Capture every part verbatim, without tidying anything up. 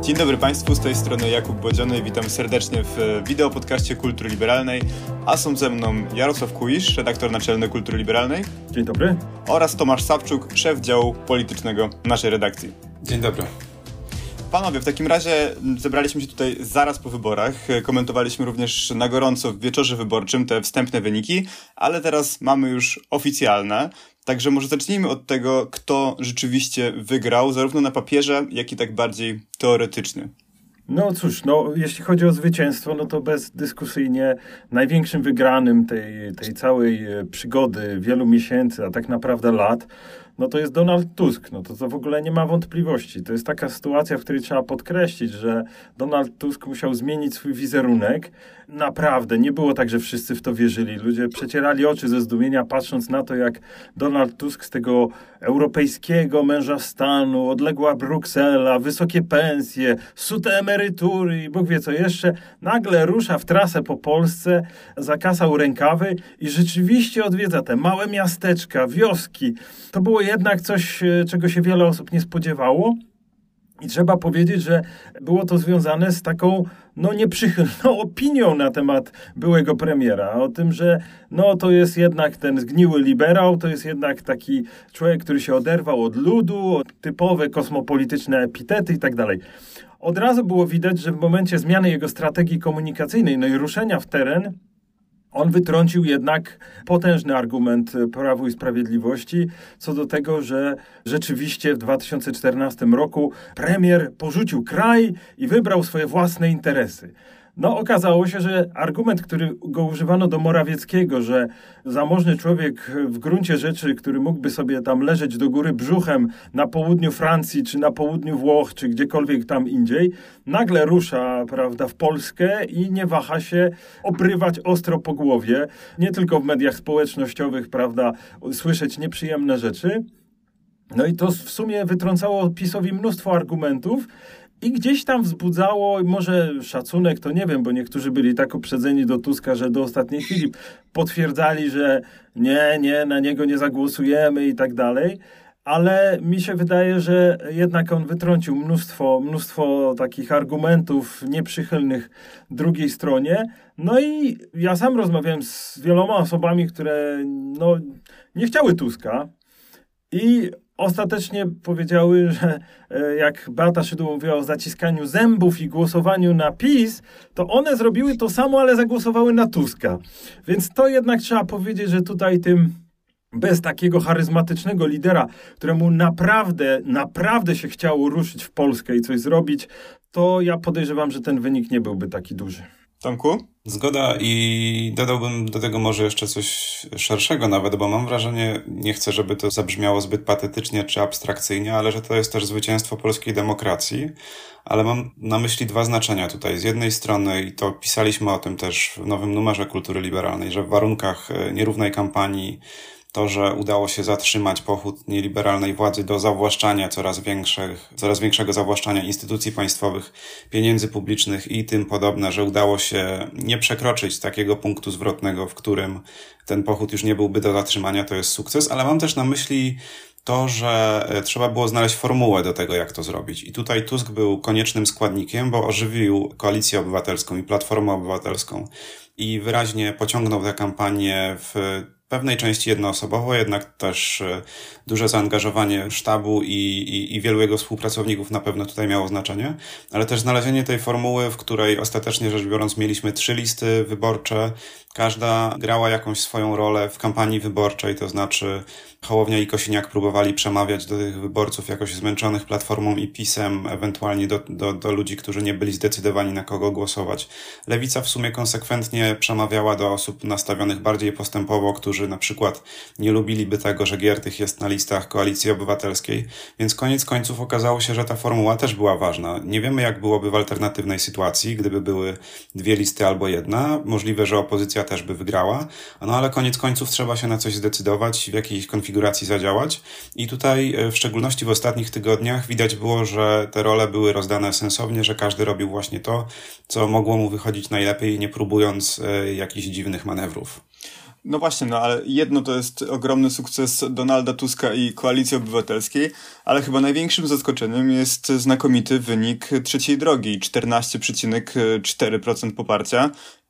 Dzień dobry Państwu, z tej strony Jakub Bodziony i witam serdecznie w wideopodcaście Kultury Liberalnej, a są ze mną Jarosław Kuisz, redaktor naczelny Kultury Liberalnej. Dzień dobry. Oraz Tomasz Sawczuk, szef działu politycznego naszej redakcji. Dzień dobry. Panowie, w takim razie zebraliśmy się tutaj zaraz po wyborach, komentowaliśmy również na gorąco w wieczorze wyborczym te wstępne wyniki, ale teraz mamy już oficjalne. Także może zacznijmy od tego, kto rzeczywiście wygrał, zarówno na papierze, jak i tak bardziej teoretycznie. No cóż, no jeśli chodzi o zwycięstwo, no to bezdyskusyjnie największym wygranym tej, tej całej przygody wielu miesięcy, a tak naprawdę lat, no to jest Donald Tusk. No to, to w ogóle nie ma wątpliwości. To jest taka sytuacja, w której trzeba podkreślić, że Donald Tusk musiał zmienić swój wizerunek. Naprawdę, nie było tak, że wszyscy w to wierzyli. Ludzie przecierali oczy ze zdumienia, patrząc na to, jak Donald Tusk z tego europejskiego męża stanu, odległa Bruksela, wysokie pensje, sute emerytury i Bóg wie co jeszcze, nagle rusza w trasę po Polsce, zakasał rękawy i rzeczywiście odwiedza te małe miasteczka, wioski. To było jednak coś, czego się wiele osób nie spodziewało. I trzeba powiedzieć, że było to związane z taką no, nieprzychylną opinią na temat byłego premiera. O tym, że no, to jest jednak ten zgniły liberał, to jest jednak taki człowiek, który się oderwał od ludu, typowe kosmopolityczne epitety i tak dalej. Od razu było widać, że w momencie zmiany jego strategii komunikacyjnej, no i ruszenia w teren, on wytrącił jednak potężny argument Prawu i Sprawiedliwości co do tego, że rzeczywiście w dwa tysiące czternastym roku premier porzucił kraj i wybrał swoje własne interesy. No okazało się, że argument, który go używano do Morawieckiego, że zamożny człowiek w gruncie rzeczy, który mógłby sobie tam leżeć do góry brzuchem na południu Francji, czy na południu Włoch, czy gdziekolwiek tam indziej, nagle rusza, prawda, w Polskę i nie waha się obrywać ostro po głowie, nie tylko w mediach społecznościowych, prawda, słyszeć nieprzyjemne rzeczy. No i to w sumie wytrącało PiS-owi mnóstwo argumentów, i gdzieś tam wzbudzało, może szacunek, to nie wiem, bo niektórzy byli tak uprzedzeni do Tuska, że do ostatniej chwili potwierdzali, że nie, nie, na niego nie zagłosujemy i tak dalej. Ale mi się wydaje, że jednak on wytrącił mnóstwo, mnóstwo takich argumentów nieprzychylnych drugiej stronie. No i ja sam rozmawiałem z wieloma osobami, które no, nie chciały Tuska i ostatecznie powiedziały, że jak Beata Szydło mówiła o zaciskaniu zębów i głosowaniu na PiS, to one zrobiły to samo, ale zagłosowały na Tuska. Więc to jednak trzeba powiedzieć, że tutaj tym bez takiego charyzmatycznego lidera, któremu naprawdę, naprawdę się chciało ruszyć w Polskę i coś zrobić, to ja podejrzewam, że ten wynik nie byłby taki duży. Tomku? Zgoda i dodałbym do tego może jeszcze coś szerszego nawet, bo mam wrażenie, nie chcę, żeby to zabrzmiało zbyt patetycznie czy abstrakcyjnie, ale że to jest też zwycięstwo polskiej demokracji, ale mam na myśli dwa znaczenia tutaj. Z jednej strony, i to pisaliśmy o tym też w nowym numerze Kultury Liberalnej, że w warunkach nierównej kampanii to, że udało się zatrzymać pochód nieliberalnej władzy do zawłaszczania coraz większych, coraz większego zawłaszczania instytucji państwowych, pieniędzy publicznych i tym podobne, że udało się nie przekroczyć takiego punktu zwrotnego, w którym ten pochód już nie byłby do zatrzymania, to jest sukces, ale mam też na myśli to, że trzeba było znaleźć formułę do tego, jak to zrobić. I tutaj Tusk był koniecznym składnikiem, bo ożywił Koalicję Obywatelską i Platformę Obywatelską i wyraźnie pociągnął tę kampanię w pewnej części jednoosobowo, jednak też duże zaangażowanie sztabu i, i, i wielu jego współpracowników na pewno tutaj miało znaczenie, ale też znalezienie tej formuły, w której ostatecznie rzecz biorąc mieliśmy trzy listy wyborcze, każda grała jakąś swoją rolę w kampanii wyborczej, to znaczy Hołownia i Kosiniak próbowali przemawiać do tych wyborców jakoś zmęczonych Platformą i PiS-em, ewentualnie do, do, do ludzi, którzy nie byli zdecydowani na kogo głosować. Lewica w sumie konsekwentnie przemawiała do osób nastawionych bardziej postępowo, którzy na przykład nie lubiliby tego, że Giertych jest na listach Koalicji Obywatelskiej, więc koniec końców okazało się, że ta formuła też była ważna. Nie wiemy, jak byłoby w alternatywnej sytuacji, gdyby były dwie listy albo jedna. Możliwe, że opozycja też by wygrała, no ale koniec końców trzeba się na coś zdecydować, w jakiejś konfiguracji zadziałać i tutaj w szczególności w ostatnich tygodniach widać było, że te role były rozdane sensownie, że każdy robił właśnie to, co mogło mu wychodzić najlepiej, nie próbując jakichś dziwnych manewrów. No właśnie, no ale jedno to jest ogromny sukces Donalda Tuska i Koalicji Obywatelskiej, ale chyba największym zaskoczeniem jest znakomity wynik Trzeciej Drogi, czternaście przecinek cztery procent poparcia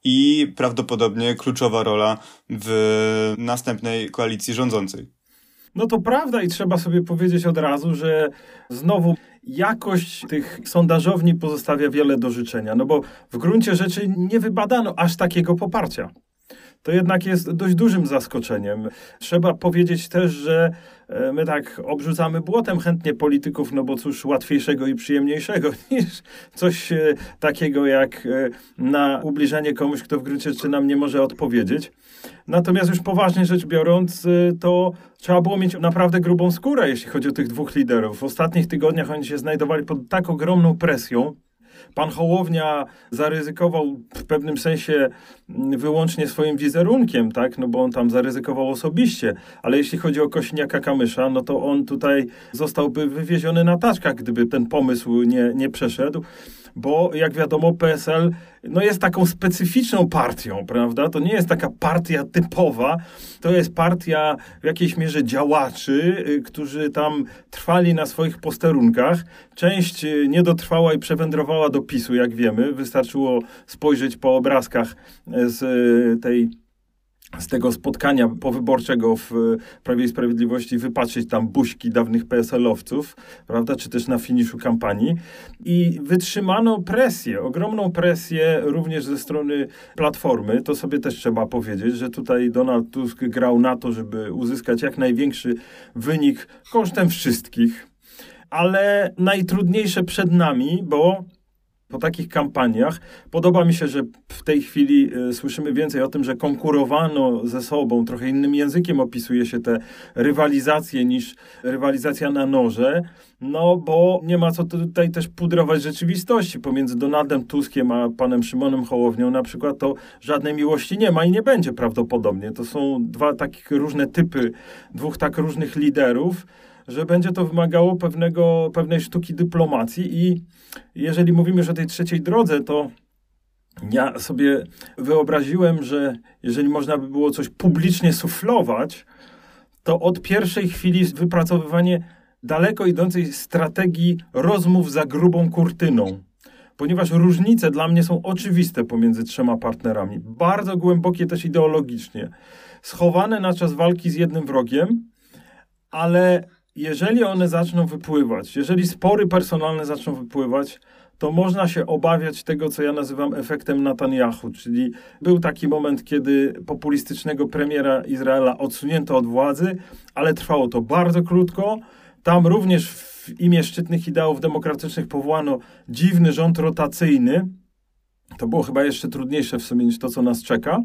i prawdopodobnie kluczowa rola w następnej koalicji rządzącej. No to prawda i trzeba sobie powiedzieć od razu, że znowu jakość tych sondażowni pozostawia wiele do życzenia, no bo w gruncie rzeczy nie wybadano aż takiego poparcia. To jednak jest dość dużym zaskoczeniem. Trzeba powiedzieć też, że my tak obrzucamy błotem chętnie polityków, no bo cóż łatwiejszego i przyjemniejszego niż coś takiego jak na ubliżenie komuś, kto w gruncie rzeczy nam nie może odpowiedzieć. Natomiast już poważnie rzecz biorąc, to trzeba było mieć naprawdę grubą skórę, jeśli chodzi o tych dwóch liderów. W ostatnich tygodniach oni się znajdowali pod tak ogromną presją. Pan Hołownia zaryzykował w pewnym sensie wyłącznie swoim wizerunkiem, tak? No bo on tam zaryzykował osobiście, ale jeśli chodzi o Kosiniaka-Kamysza, no to on tutaj zostałby wywieziony na taczkach, gdyby ten pomysł nie, nie przeszedł, bo jak wiadomo P S L no jest taką specyficzną partią, prawda? To nie jest taka partia typowa, to jest partia w jakiejś mierze działaczy, którzy tam trwali na swoich posterunkach. Część nie dotrwała i przewędrowała do PiSu, jak wiemy. Wystarczyło spojrzeć po obrazkach z tej z tego spotkania powyborczego w Prawie i Sprawiedliwości, wypatrzeć tam buźki dawnych P S L-owców, prawda, czy też na finiszu kampanii. I wytrzymano presję, ogromną presję również ze strony Platformy. To sobie też trzeba powiedzieć, że tutaj Donald Tusk grał na to, żeby uzyskać jak największy wynik kosztem wszystkich. Ale najtrudniejsze przed nami, bo po takich kampaniach podoba mi się, że w tej chwili y, słyszymy więcej o tym, że konkurowano ze sobą, trochę innym językiem opisuje się te rywalizacje niż rywalizacja na noże, no bo nie ma co tutaj też pudrować rzeczywistości. Pomiędzy Donaldem Tuskiem a panem Szymonem Hołownią na przykład to żadnej miłości nie ma i nie będzie prawdopodobnie. To są dwa takie różne typy, dwóch tak różnych liderów, że będzie to wymagało pewnego, pewnej sztuki dyplomacji i jeżeli mówimy już o tej trzeciej drodze, to ja sobie wyobraziłem, że jeżeli można by było coś publicznie suflować, to od pierwszej chwili wypracowywanie daleko idącej strategii rozmów za grubą kurtyną. Ponieważ różnice dla mnie są oczywiste pomiędzy trzema partnerami. Bardzo głębokie też ideologicznie. Schowane na czas walki z jednym wrogiem, ale jeżeli one zaczną wypływać, jeżeli spory personalne zaczną wypływać, to można się obawiać tego, co ja nazywam efektem Netanyahu, czyli był taki moment, kiedy populistycznego premiera Izraela odsunięto od władzy, ale trwało to bardzo krótko. Tam również w imię szczytnych ideałów demokratycznych powołano dziwny rząd rotacyjny. To było chyba jeszcze trudniejsze w sumie niż to, co nas czeka.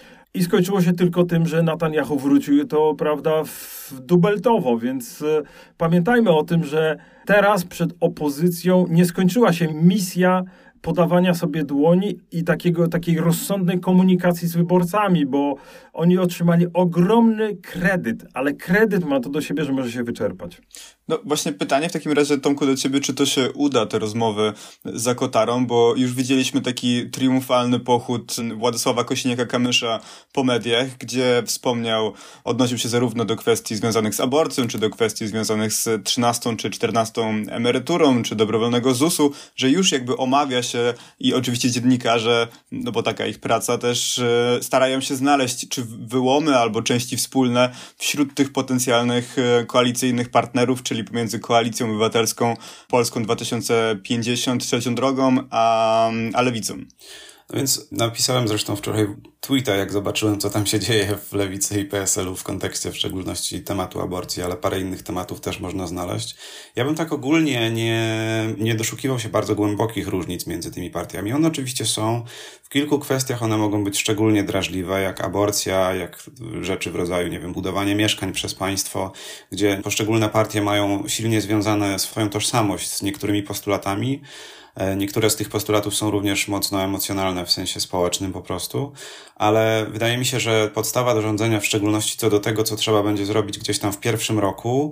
I skończyło się tylko tym, że Netanyahu wrócił, to prawda, w dubeltowo, więc y, pamiętajmy o tym, że teraz przed opozycją nie skończyła się misja podawania sobie dłoni i takiego, takiej rozsądnej komunikacji z wyborcami, bo oni otrzymali ogromny kredyt, ale kredyt ma to do siebie, że może się wyczerpać. No właśnie pytanie w takim razie, Tomku, do ciebie, czy to się uda, te rozmowy za kotarą, bo już widzieliśmy taki triumfalny pochód Władysława Kosiniaka-Kamysza po mediach, gdzie wspomniał, odnosił się zarówno do kwestii związanych z aborcją, czy do kwestii związanych z trzynastą czy czternastą emeryturą, czy dobrowolnego zusu, że już jakby omawia się i oczywiście dziennikarze, no bo taka ich praca, też starają się znaleźć czy wyłomy albo części wspólne wśród tych potencjalnych koalicyjnych partnerów, czyli pomiędzy Koalicją Obywatelską, Polską dwa tysiące pięćdziesiąt, Trzecią Drogą, a, a Lewicą. No więc napisałem zresztą wczoraj tweeta, jak zobaczyłem, co tam się dzieje w Lewicy i P S L u w kontekście w szczególności tematu aborcji, ale parę innych tematów też można znaleźć. Ja bym tak ogólnie nie, nie doszukiwał się bardzo głębokich różnic między tymi partiami. One oczywiście są. W kilku kwestiach one mogą być szczególnie drażliwe, jak aborcja, jak rzeczy w rodzaju, nie wiem, budowanie mieszkań przez państwo, gdzie poszczególne partie mają silnie związane swoją tożsamość z niektórymi postulatami. Niektóre z tych postulatów są również mocno emocjonalne w sensie społecznym po prostu, ale wydaje mi się, że podstawa do rządzenia, w szczególności co do tego, co trzeba będzie zrobić gdzieś tam w pierwszym roku,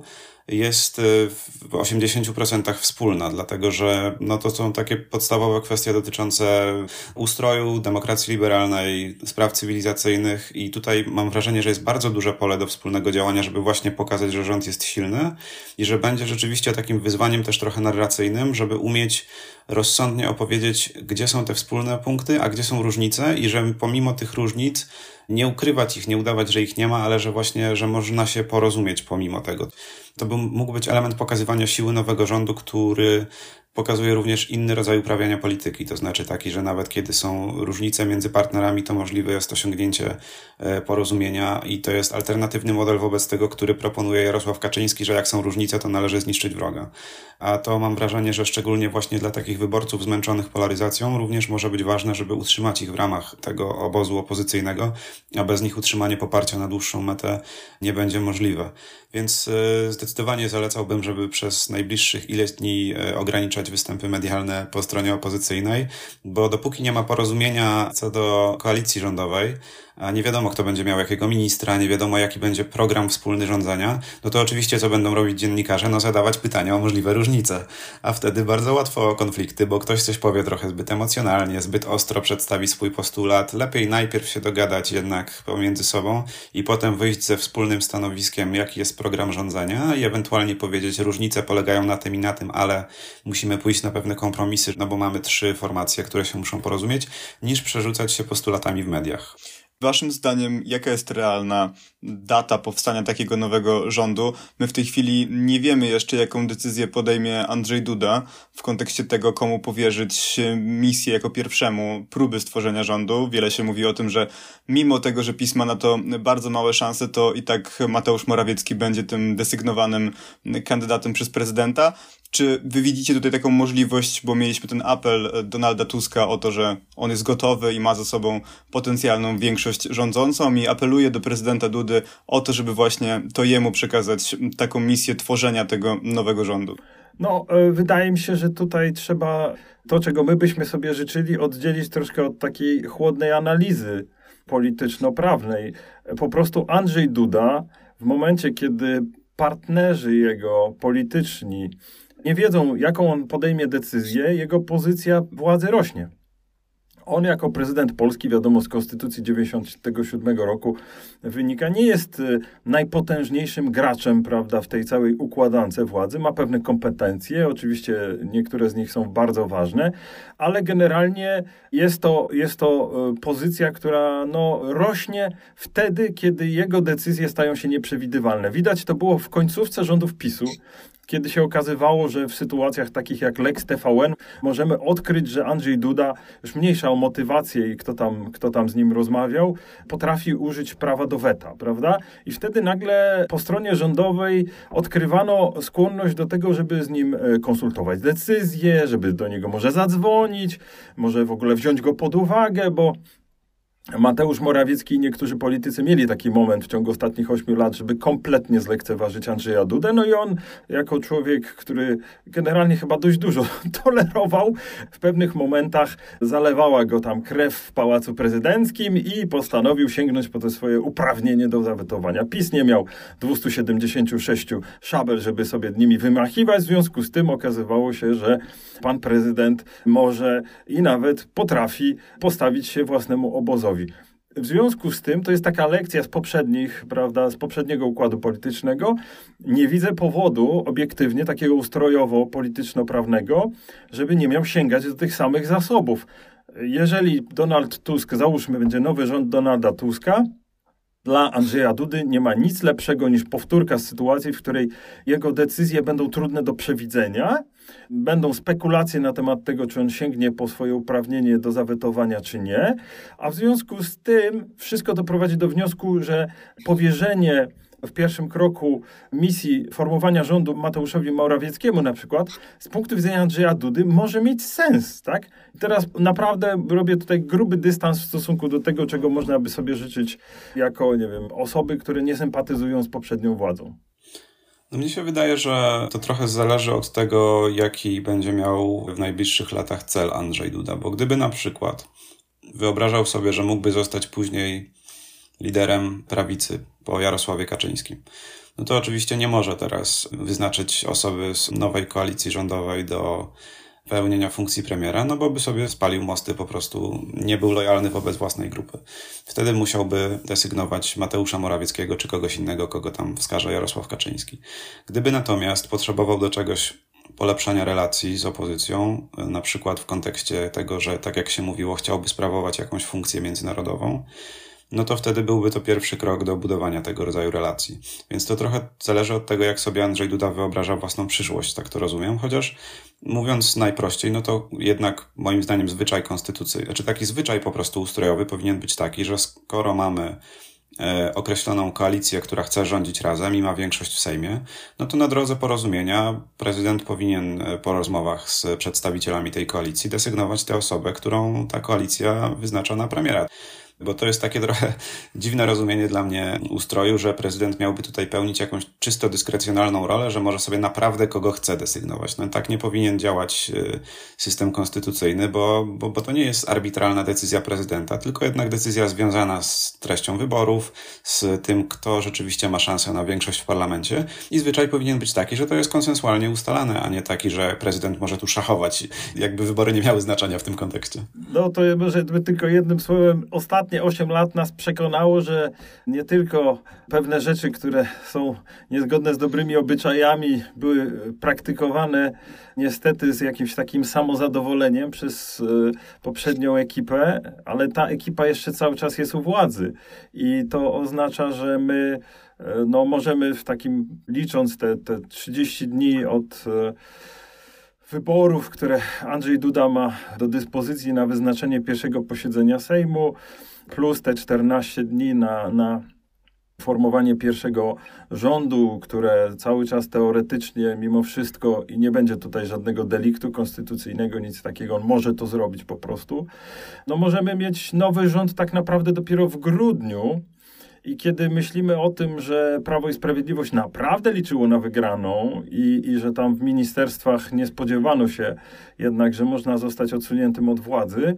jest w osiemdziesięciu procentach wspólna, dlatego że no to są takie podstawowe kwestie dotyczące ustroju, demokracji liberalnej, spraw cywilizacyjnych i tutaj mam wrażenie, że jest bardzo duże pole do wspólnego działania, żeby właśnie pokazać, że rząd jest silny i że będzie rzeczywiście takim wyzwaniem też trochę narracyjnym, żeby umieć rozsądnie opowiedzieć, gdzie są te wspólne punkty, a gdzie są różnice i że pomimo tych różnic nie ukrywać ich, nie udawać, że ich nie ma, ale że właśnie, że można się porozumieć pomimo tego. To by mógł być element pokazywania siły nowego rządu, który pokazuje również inny rodzaj uprawiania polityki, to znaczy taki, że nawet kiedy są różnice między partnerami, to możliwe jest osiągnięcie porozumienia i to jest alternatywny model wobec tego, który proponuje Jarosław Kaczyński, że jak są różnice, to należy zniszczyć wroga. A to mam wrażenie, że szczególnie właśnie dla takich wyborców zmęczonych polaryzacją również może być ważne, żeby utrzymać ich w ramach tego obozu opozycyjnego, a bez nich utrzymanie poparcia na dłuższą metę nie będzie możliwe. Więc zdecydowanie zalecałbym, żeby przez najbliższych ileś dni ograniczać występy medialne po stronie opozycyjnej, bo dopóki nie ma porozumienia co do koalicji rządowej, a nie wiadomo, kto będzie miał jakiego ministra, nie wiadomo, jaki będzie program wspólny rządzenia, no to oczywiście co będą robić dziennikarze? No zadawać pytania o możliwe różnice. A wtedy bardzo łatwo o konflikty, bo ktoś coś powie trochę zbyt emocjonalnie, zbyt ostro przedstawi swój postulat. Lepiej najpierw się dogadać jednak pomiędzy sobą i potem wyjść ze wspólnym stanowiskiem, jaki jest program rządzenia i ewentualnie powiedzieć, różnice polegają na tym i na tym, ale musimy pójść na pewne kompromisy, no bo mamy trzy formacje, które się muszą porozumieć, niż przerzucać się postulatami w mediach. Waszym zdaniem, jaka jest realna data powstania takiego nowego rządu? My w tej chwili nie wiemy jeszcze, jaką decyzję podejmie Andrzej Duda w kontekście tego, komu powierzyć misję jako pierwszemu próby stworzenia rządu. Wiele się mówi o tym, że mimo tego, że PiS ma na to bardzo małe szanse, to i tak Mateusz Morawiecki będzie tym desygnowanym kandydatem przez prezydenta. Czy wy widzicie tutaj taką możliwość, bo mieliśmy ten apel Donalda Tuska o to, że on jest gotowy i ma za sobą potencjalną większość rządzącą i apeluje do prezydenta Dudy o to, żeby właśnie to jemu przekazać taką misję tworzenia tego nowego rządu? No, wydaje mi się, że tutaj trzeba to, czego my byśmy sobie życzyli, oddzielić troszkę od takiej chłodnej analizy polityczno-prawnej. Po prostu Andrzej Duda w momencie, kiedy partnerzy jego polityczni nie wiedzą, jaką on podejmie decyzję, jego pozycja władzy rośnie. On jako prezydent Polski, wiadomo, z Konstytucji dziewięćdziesiątego siódmego roku wynika, nie jest najpotężniejszym graczem, prawda, w tej całej układance władzy. Ma pewne kompetencje, oczywiście niektóre z nich są bardzo ważne, ale generalnie jest to, jest to pozycja, która no, rośnie wtedy, kiedy jego decyzje stają się nieprzewidywalne. Widać to było w końcówce rządów PiSu, kiedy się okazywało, że w sytuacjach takich jak Lex T V N możemy odkryć, że Andrzej Duda, już mniejsza o motywację i kto tam, kto tam z nim rozmawiał, potrafi użyć prawa do weta, prawda? I wtedy nagle po stronie rządowej odkrywano skłonność do tego, żeby z nim konsultować decyzje, żeby do niego może zadzwonić, może w ogóle wziąć go pod uwagę, bo Mateusz Morawiecki i niektórzy politycy mieli taki moment w ciągu ostatnich ośmiu lat, żeby kompletnie zlekceważyć Andrzeja Dudę. No i on, jako człowiek, który generalnie chyba dość dużo tolerował, w pewnych momentach zalewała go tam krew w Pałacu Prezydenckim i postanowił sięgnąć po to swoje uprawnienie do zawetowania. PiS nie miał dwieście siedemdziesiąt sześć szabel, żeby sobie nimi wymachiwać. W związku z tym okazywało się, że pan prezydent może i nawet potrafi postawić się własnemu obozowi. W związku z tym, to jest taka lekcja z poprzednich, prawda, z poprzedniego układu politycznego. Nie widzę powodu obiektywnie takiego ustrojowo-polityczno-prawnego, żeby nie miał sięgać do tych samych zasobów. Jeżeli Donald Tusk, załóżmy, będzie nowy rząd Donalda Tuska, dla Andrzeja Dudy nie ma nic lepszego niż powtórka z sytuacji, w której jego decyzje będą trudne do przewidzenia, będą spekulacje na temat tego, czy on sięgnie po swoje uprawnienie do zawetowania, czy nie, a w związku z tym wszystko doprowadzi do wniosku, że powierzenie w pierwszym kroku misji formowania rządu Mateuszowi Morawieckiemu na przykład, z punktu widzenia Andrzeja Dudy może mieć sens, tak? I teraz naprawdę robię tutaj gruby dystans w stosunku do tego, czego można by sobie życzyć jako, nie wiem, osoby, które nie sympatyzują z poprzednią władzą. No mnie się wydaje, że to trochę zależy od tego, jaki będzie miał w najbliższych latach cel Andrzej Duda, bo gdyby na przykład wyobrażał sobie, że mógłby zostać później liderem prawicy po Jarosławie Kaczyńskim, no to oczywiście nie może teraz wyznaczyć osoby z nowej koalicji rządowej do pełnienia funkcji premiera, no bo by sobie spalił mosty, po prostu nie był lojalny wobec własnej grupy. Wtedy musiałby desygnować Mateusza Morawieckiego czy kogoś innego, kogo tam wskaże Jarosław Kaczyński. Gdyby natomiast potrzebował do czegoś polepszania relacji z opozycją, na przykład w kontekście tego, że tak jak się mówiło, chciałby sprawować jakąś funkcję międzynarodową, no to wtedy byłby to pierwszy krok do budowania tego rodzaju relacji. Więc to trochę zależy od tego, jak sobie Andrzej Duda wyobraża własną przyszłość, tak to rozumiem, chociaż mówiąc najprościej, no to jednak moim zdaniem zwyczaj konstytucyjny, znaczy taki zwyczaj po prostu ustrojowy powinien być taki, że skoro mamy e, określoną koalicję, która chce rządzić razem i ma większość w Sejmie, no to na drodze porozumienia prezydent powinien po rozmowach z przedstawicielami tej koalicji desygnować tę osobę, którą ta koalicja wyznacza na premiera. Bo to jest takie trochę dziwne rozumienie dla mnie ustroju, że prezydent miałby tutaj pełnić jakąś czysto dyskrecjonalną rolę, że może sobie naprawdę kogo chce desygnować. No tak nie powinien działać system konstytucyjny, bo, bo, bo to nie jest arbitralna decyzja prezydenta, tylko jednak decyzja związana z treścią wyborów, z tym, kto rzeczywiście ma szansę na większość w parlamencie i zwyczaj powinien być taki, że to jest konsensualnie ustalane, a nie taki, że prezydent może tu szachować, jakby wybory nie miały znaczenia w tym kontekście. No to może tylko jednym słowem, ostatnio osiem lat nas przekonało, że nie tylko pewne rzeczy, które są niezgodne z dobrymi obyczajami, były praktykowane niestety z jakimś takim samozadowoleniem przez poprzednią ekipę, ale ta ekipa jeszcze cały czas jest u władzy. I to oznacza, że my no, możemy w takim, licząc te, te trzydzieści dni od wyborów, które Andrzej Duda ma do dyspozycji na wyznaczenie pierwszego posiedzenia Sejmu, plus te czternaście dni na, na formowanie pierwszego rządu, które cały czas teoretycznie mimo wszystko i nie będzie tutaj żadnego deliktu konstytucyjnego, nic takiego, on może to zrobić po prostu. No możemy mieć nowy rząd tak naprawdę dopiero w grudniu i kiedy myślimy o tym, że Prawo i Sprawiedliwość naprawdę liczyło na wygraną i, i że tam w ministerstwach nie spodziewano się jednak, że można zostać odsuniętym od władzy,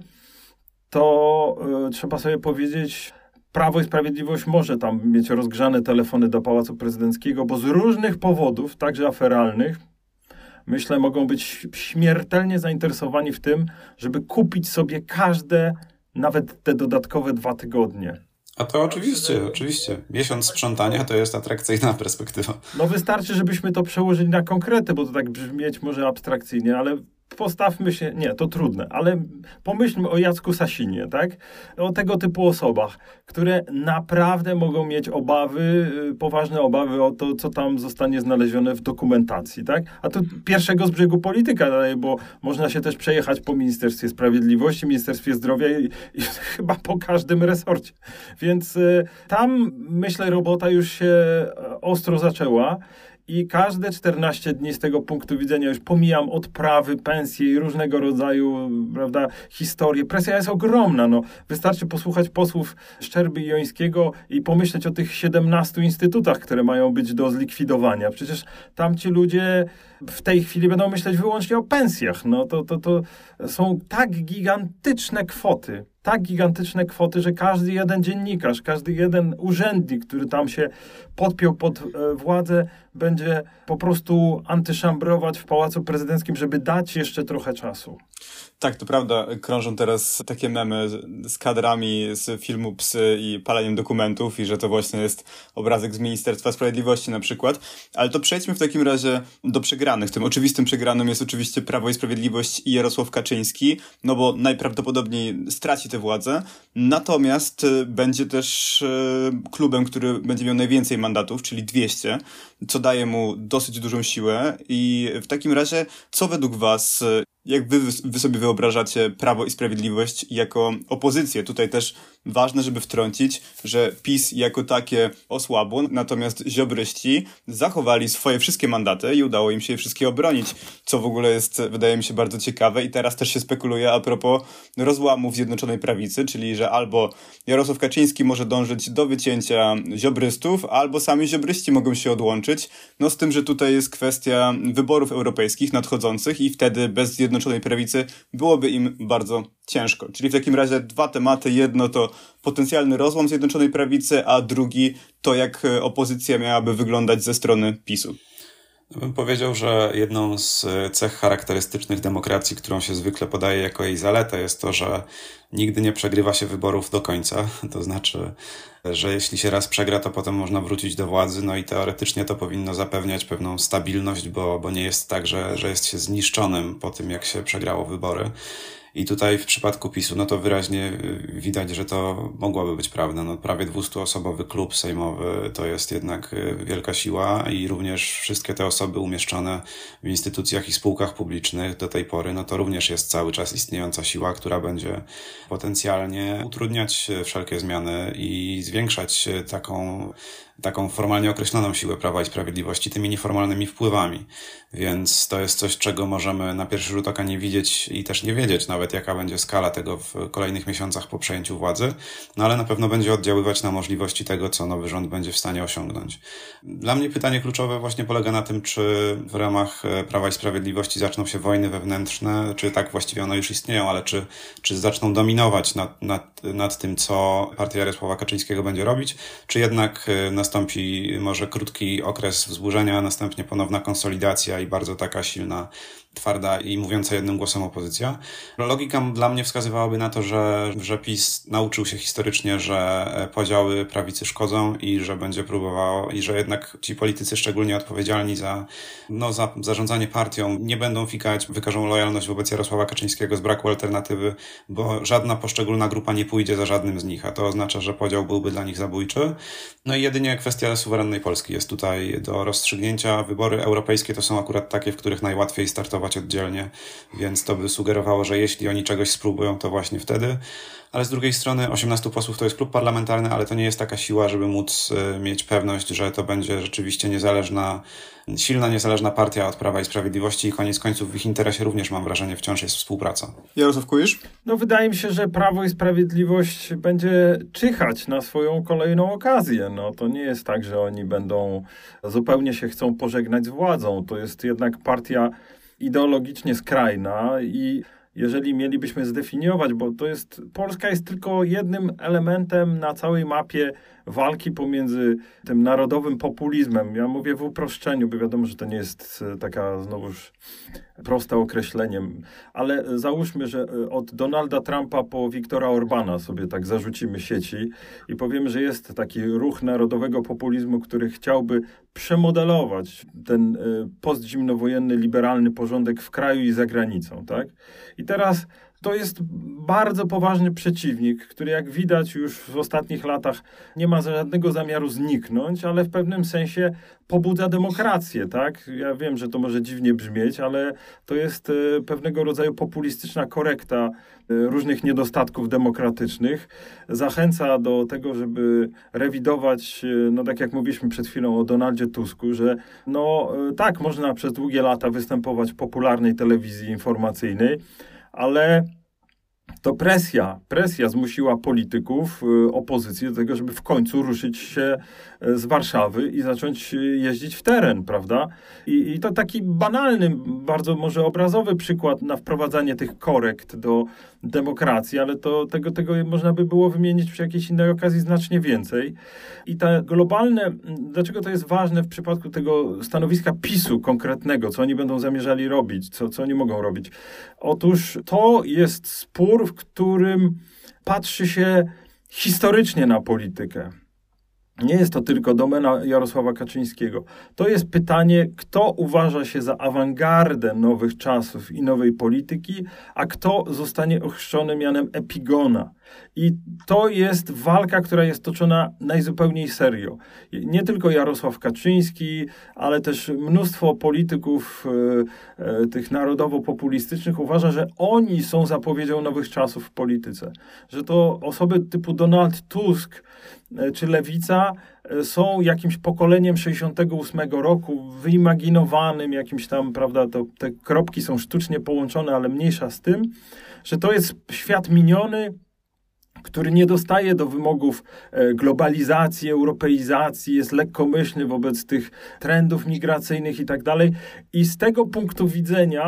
to y, trzeba sobie powiedzieć, Prawo i Sprawiedliwość może tam mieć rozgrzane telefony do Pałacu Prezydenckiego, bo z różnych powodów, także aferalnych, myślę, mogą być śmiertelnie zainteresowani w tym, żeby kupić sobie każde, nawet te dodatkowe dwa tygodnie. A to oczywiście, oczywiście. Miesiąc sprzątania to jest atrakcyjna perspektywa. No wystarczy, żebyśmy to przełożyli na konkrety, bo to tak brzmieć może abstrakcyjnie, ale postawmy się, nie, to trudne, ale pomyślmy o Jacku Sasinie, tak? O tego typu osobach, które naprawdę mogą mieć obawy, poważne obawy o to, co tam zostanie znalezione w dokumentacji, tak? A to pierwszego z brzegu polityka, bo można się też przejechać po Ministerstwie Sprawiedliwości, Ministerstwie Zdrowia i, i chyba po każdym resorcie. Więc y, tam, myślę, robota już się ostro zaczęła. I każde czternaście dni z tego punktu widzenia, już pomijam odprawy, pensje i różnego rodzaju, prawda, historie. Presja jest ogromna. No. Wystarczy posłuchać posłów Szczerby i Jońskiego i pomyśleć o tych siedemnastu instytutach, które mają być do zlikwidowania. Przecież tamci ludzie w tej chwili będą myśleć wyłącznie o pensjach. No to, to, to są tak gigantyczne kwoty. Tak gigantyczne kwoty, że każdy jeden dziennikarz, każdy jeden urzędnik, który tam się podpiął pod e, władzę, będzie po prostu antyszambrować w Pałacu Prezydenckim, żeby dać jeszcze trochę czasu. Tak, to prawda. Krążą teraz takie memy z kadrami z filmu Psy i paleniem dokumentów i że to właśnie jest obrazek z Ministerstwa Sprawiedliwości na przykład. Ale to przejdźmy w takim razie do przegranych. Tym oczywistym przegranym jest oczywiście Prawo i Sprawiedliwość i Jarosław Kaczyński, no bo najprawdopodobniej straci tę władzę. Natomiast będzie też klubem, który będzie miał najwięcej mandatów, czyli dwieście, co daje mu dosyć dużą siłę. I w takim razie, co według was, jak wy, wy sobie wyobrażacie Prawo i Sprawiedliwość jako opozycję? Tutaj też ważne, żeby wtrącić, że PiS jako takie osłabło, natomiast ziobryści zachowali swoje wszystkie mandaty i udało im się je wszystkie obronić, co w ogóle jest, wydaje mi się, bardzo ciekawe i teraz też się spekuluje a propos rozłamów Zjednoczonej Prawicy, czyli że albo Jarosław Kaczyński może dążyć do wycięcia ziobrystów, albo sami ziobryści mogą się odłączyć, no z tym, że tutaj jest kwestia wyborów europejskich nadchodzących i wtedy bez Zjednoczonej Prawicy byłoby im bardzo ciężko. Czyli w takim razie dwa tematy. Jedno to potencjalny rozłam Zjednoczonej Prawicy, a drugi to jak opozycja miałaby wyglądać ze strony PiSu. Bym powiedział, że jedną z cech charakterystycznych demokracji, którą się zwykle podaje jako jej zaletę, jest to, że nigdy nie przegrywa się wyborów do końca. To znaczy, że jeśli się raz przegra, to potem można wrócić do władzy, no i teoretycznie to powinno zapewniać pewną stabilność, bo, bo nie jest tak, że, że jest się zniszczonym po tym, jak się przegrało wybory. I tutaj w przypadku PiSu, no to wyraźnie widać, że to mogłaby być prawda. No, prawie dwustuosobowy klub sejmowy to jest jednak wielka siła i również wszystkie te osoby umieszczone w instytucjach i spółkach publicznych do tej pory, no to również jest cały czas istniejąca siła, która będzie potencjalnie utrudniać wszelkie zmiany i zwiększać taką taką formalnie określoną siłę Prawa i Sprawiedliwości tymi nieformalnymi wpływami. Więc to jest coś, czego możemy na pierwszy rzut oka nie widzieć i też nie wiedzieć nawet, jaka będzie skala tego w kolejnych miesiącach po przejęciu władzy, no ale na pewno będzie oddziaływać na możliwości tego, co nowy rząd będzie w stanie osiągnąć. Dla mnie pytanie kluczowe właśnie polega na tym, czy w ramach Prawa i Sprawiedliwości zaczną się wojny wewnętrzne, czy tak właściwie one już istnieją, ale czy, czy zaczną dominować nad, nad, nad tym, co partia Jarosława Kaczyńskiego będzie robić, czy jednak nastąpi może krótki okres wzburzenia, a następnie ponowna konsolidacja i bardzo taka silna, twarda i mówiąca jednym głosem opozycja. Logika dla mnie wskazywałaby na to, że, że PiS nauczył się historycznie, że podziały prawicy szkodzą i że będzie próbował, i że jednak ci politycy szczególnie odpowiedzialni za, no, za zarządzanie partią nie będą fikać, wykażą lojalność wobec Jarosława Kaczyńskiego z braku alternatywy, bo żadna poszczególna grupa nie pójdzie za żadnym z nich, a to oznacza, że podział byłby dla nich zabójczy. No i jedynie kwestia suwerennej Polski jest tutaj do rozstrzygnięcia. Wybory europejskie to są akurat takie, w których najłatwiej startować oddzielnie, więc to by sugerowało, że jeśli oni czegoś spróbują, to właśnie wtedy. Ale z drugiej strony osiemnastu posłów to jest klub parlamentarny, ale to nie jest taka siła, żeby móc mieć pewność, że to będzie rzeczywiście niezależna, silna, niezależna partia od Prawa i Sprawiedliwości i koniec końców w ich interesie również, mam wrażenie, wciąż jest współpraca. Jarosław Kuisz? No wydaje mi się, że Prawo i Sprawiedliwość będzie czyhać na swoją kolejną okazję. No to nie jest tak, że oni będą, zupełnie się chcą pożegnać z władzą. To jest jednak partia ideologicznie skrajna i jeżeli mielibyśmy zdefiniować, bo to jest, Polska jest tylko jednym elementem na całej mapie walki pomiędzy tym narodowym populizmem. Ja mówię w uproszczeniu, bo wiadomo, że to nie jest taka znowuż proste określenie, ale załóżmy, że od Donalda Trumpa po Viktora Orbana sobie tak zarzucimy sieci i powiemy, że jest taki ruch narodowego populizmu, który chciałby przemodelować ten postzimnowojenny, liberalny porządek w kraju i za granicą, tak? I teraz to jest bardzo poważny przeciwnik, który jak widać już w ostatnich latach nie ma żadnego zamiaru zniknąć, ale w pewnym sensie pobudza demokrację, tak? Ja wiem, że to może dziwnie brzmieć, ale to jest pewnego rodzaju populistyczna korekta różnych niedostatków demokratycznych. Zachęca do tego, żeby rewidować, no tak jak mówiliśmy przed chwilą o Donaldzie Tusku, że no tak, można przez długie lata występować w popularnej telewizji informacyjnej, ale to presja, presja zmusiła polityków, opozycji do tego, żeby w końcu ruszyć się z Warszawy i zacząć jeździć w teren, prawda? I, i to taki banalny, bardzo może obrazowy przykład na wprowadzanie tych korekt do demokracji, ale to tego, tego można by było wymienić przy jakiejś innej okazji znacznie więcej. I te globalne, dlaczego to jest ważne w przypadku tego stanowiska PiSu konkretnego, co oni będą zamierzali robić, co, co oni mogą robić? Otóż to jest spór, w którym patrzy się historycznie na politykę. Nie jest to tylko domena Jarosława Kaczyńskiego. To jest pytanie, kto uważa się za awangardę nowych czasów i nowej polityki, a kto zostanie ochrzczony mianem epigona. I to jest walka, która jest toczona najzupełniej serio. Nie tylko Jarosław Kaczyński, ale też mnóstwo polityków e, e, tych narodowo-populistycznych uważa, że oni są zapowiedzią nowych czasów w polityce. Że to osoby typu Donald Tusk e, czy Lewica e, są jakimś pokoleniem sześćdziesiątego ósmego roku, wyimaginowanym jakimś tam, prawda, to te kropki są sztucznie połączone, ale mniejsza z tym, że to jest świat miniony, który nie dostaje do wymogów globalizacji, europeizacji, jest lekkomyślny wobec tych trendów migracyjnych i tak dalej. I z tego punktu widzenia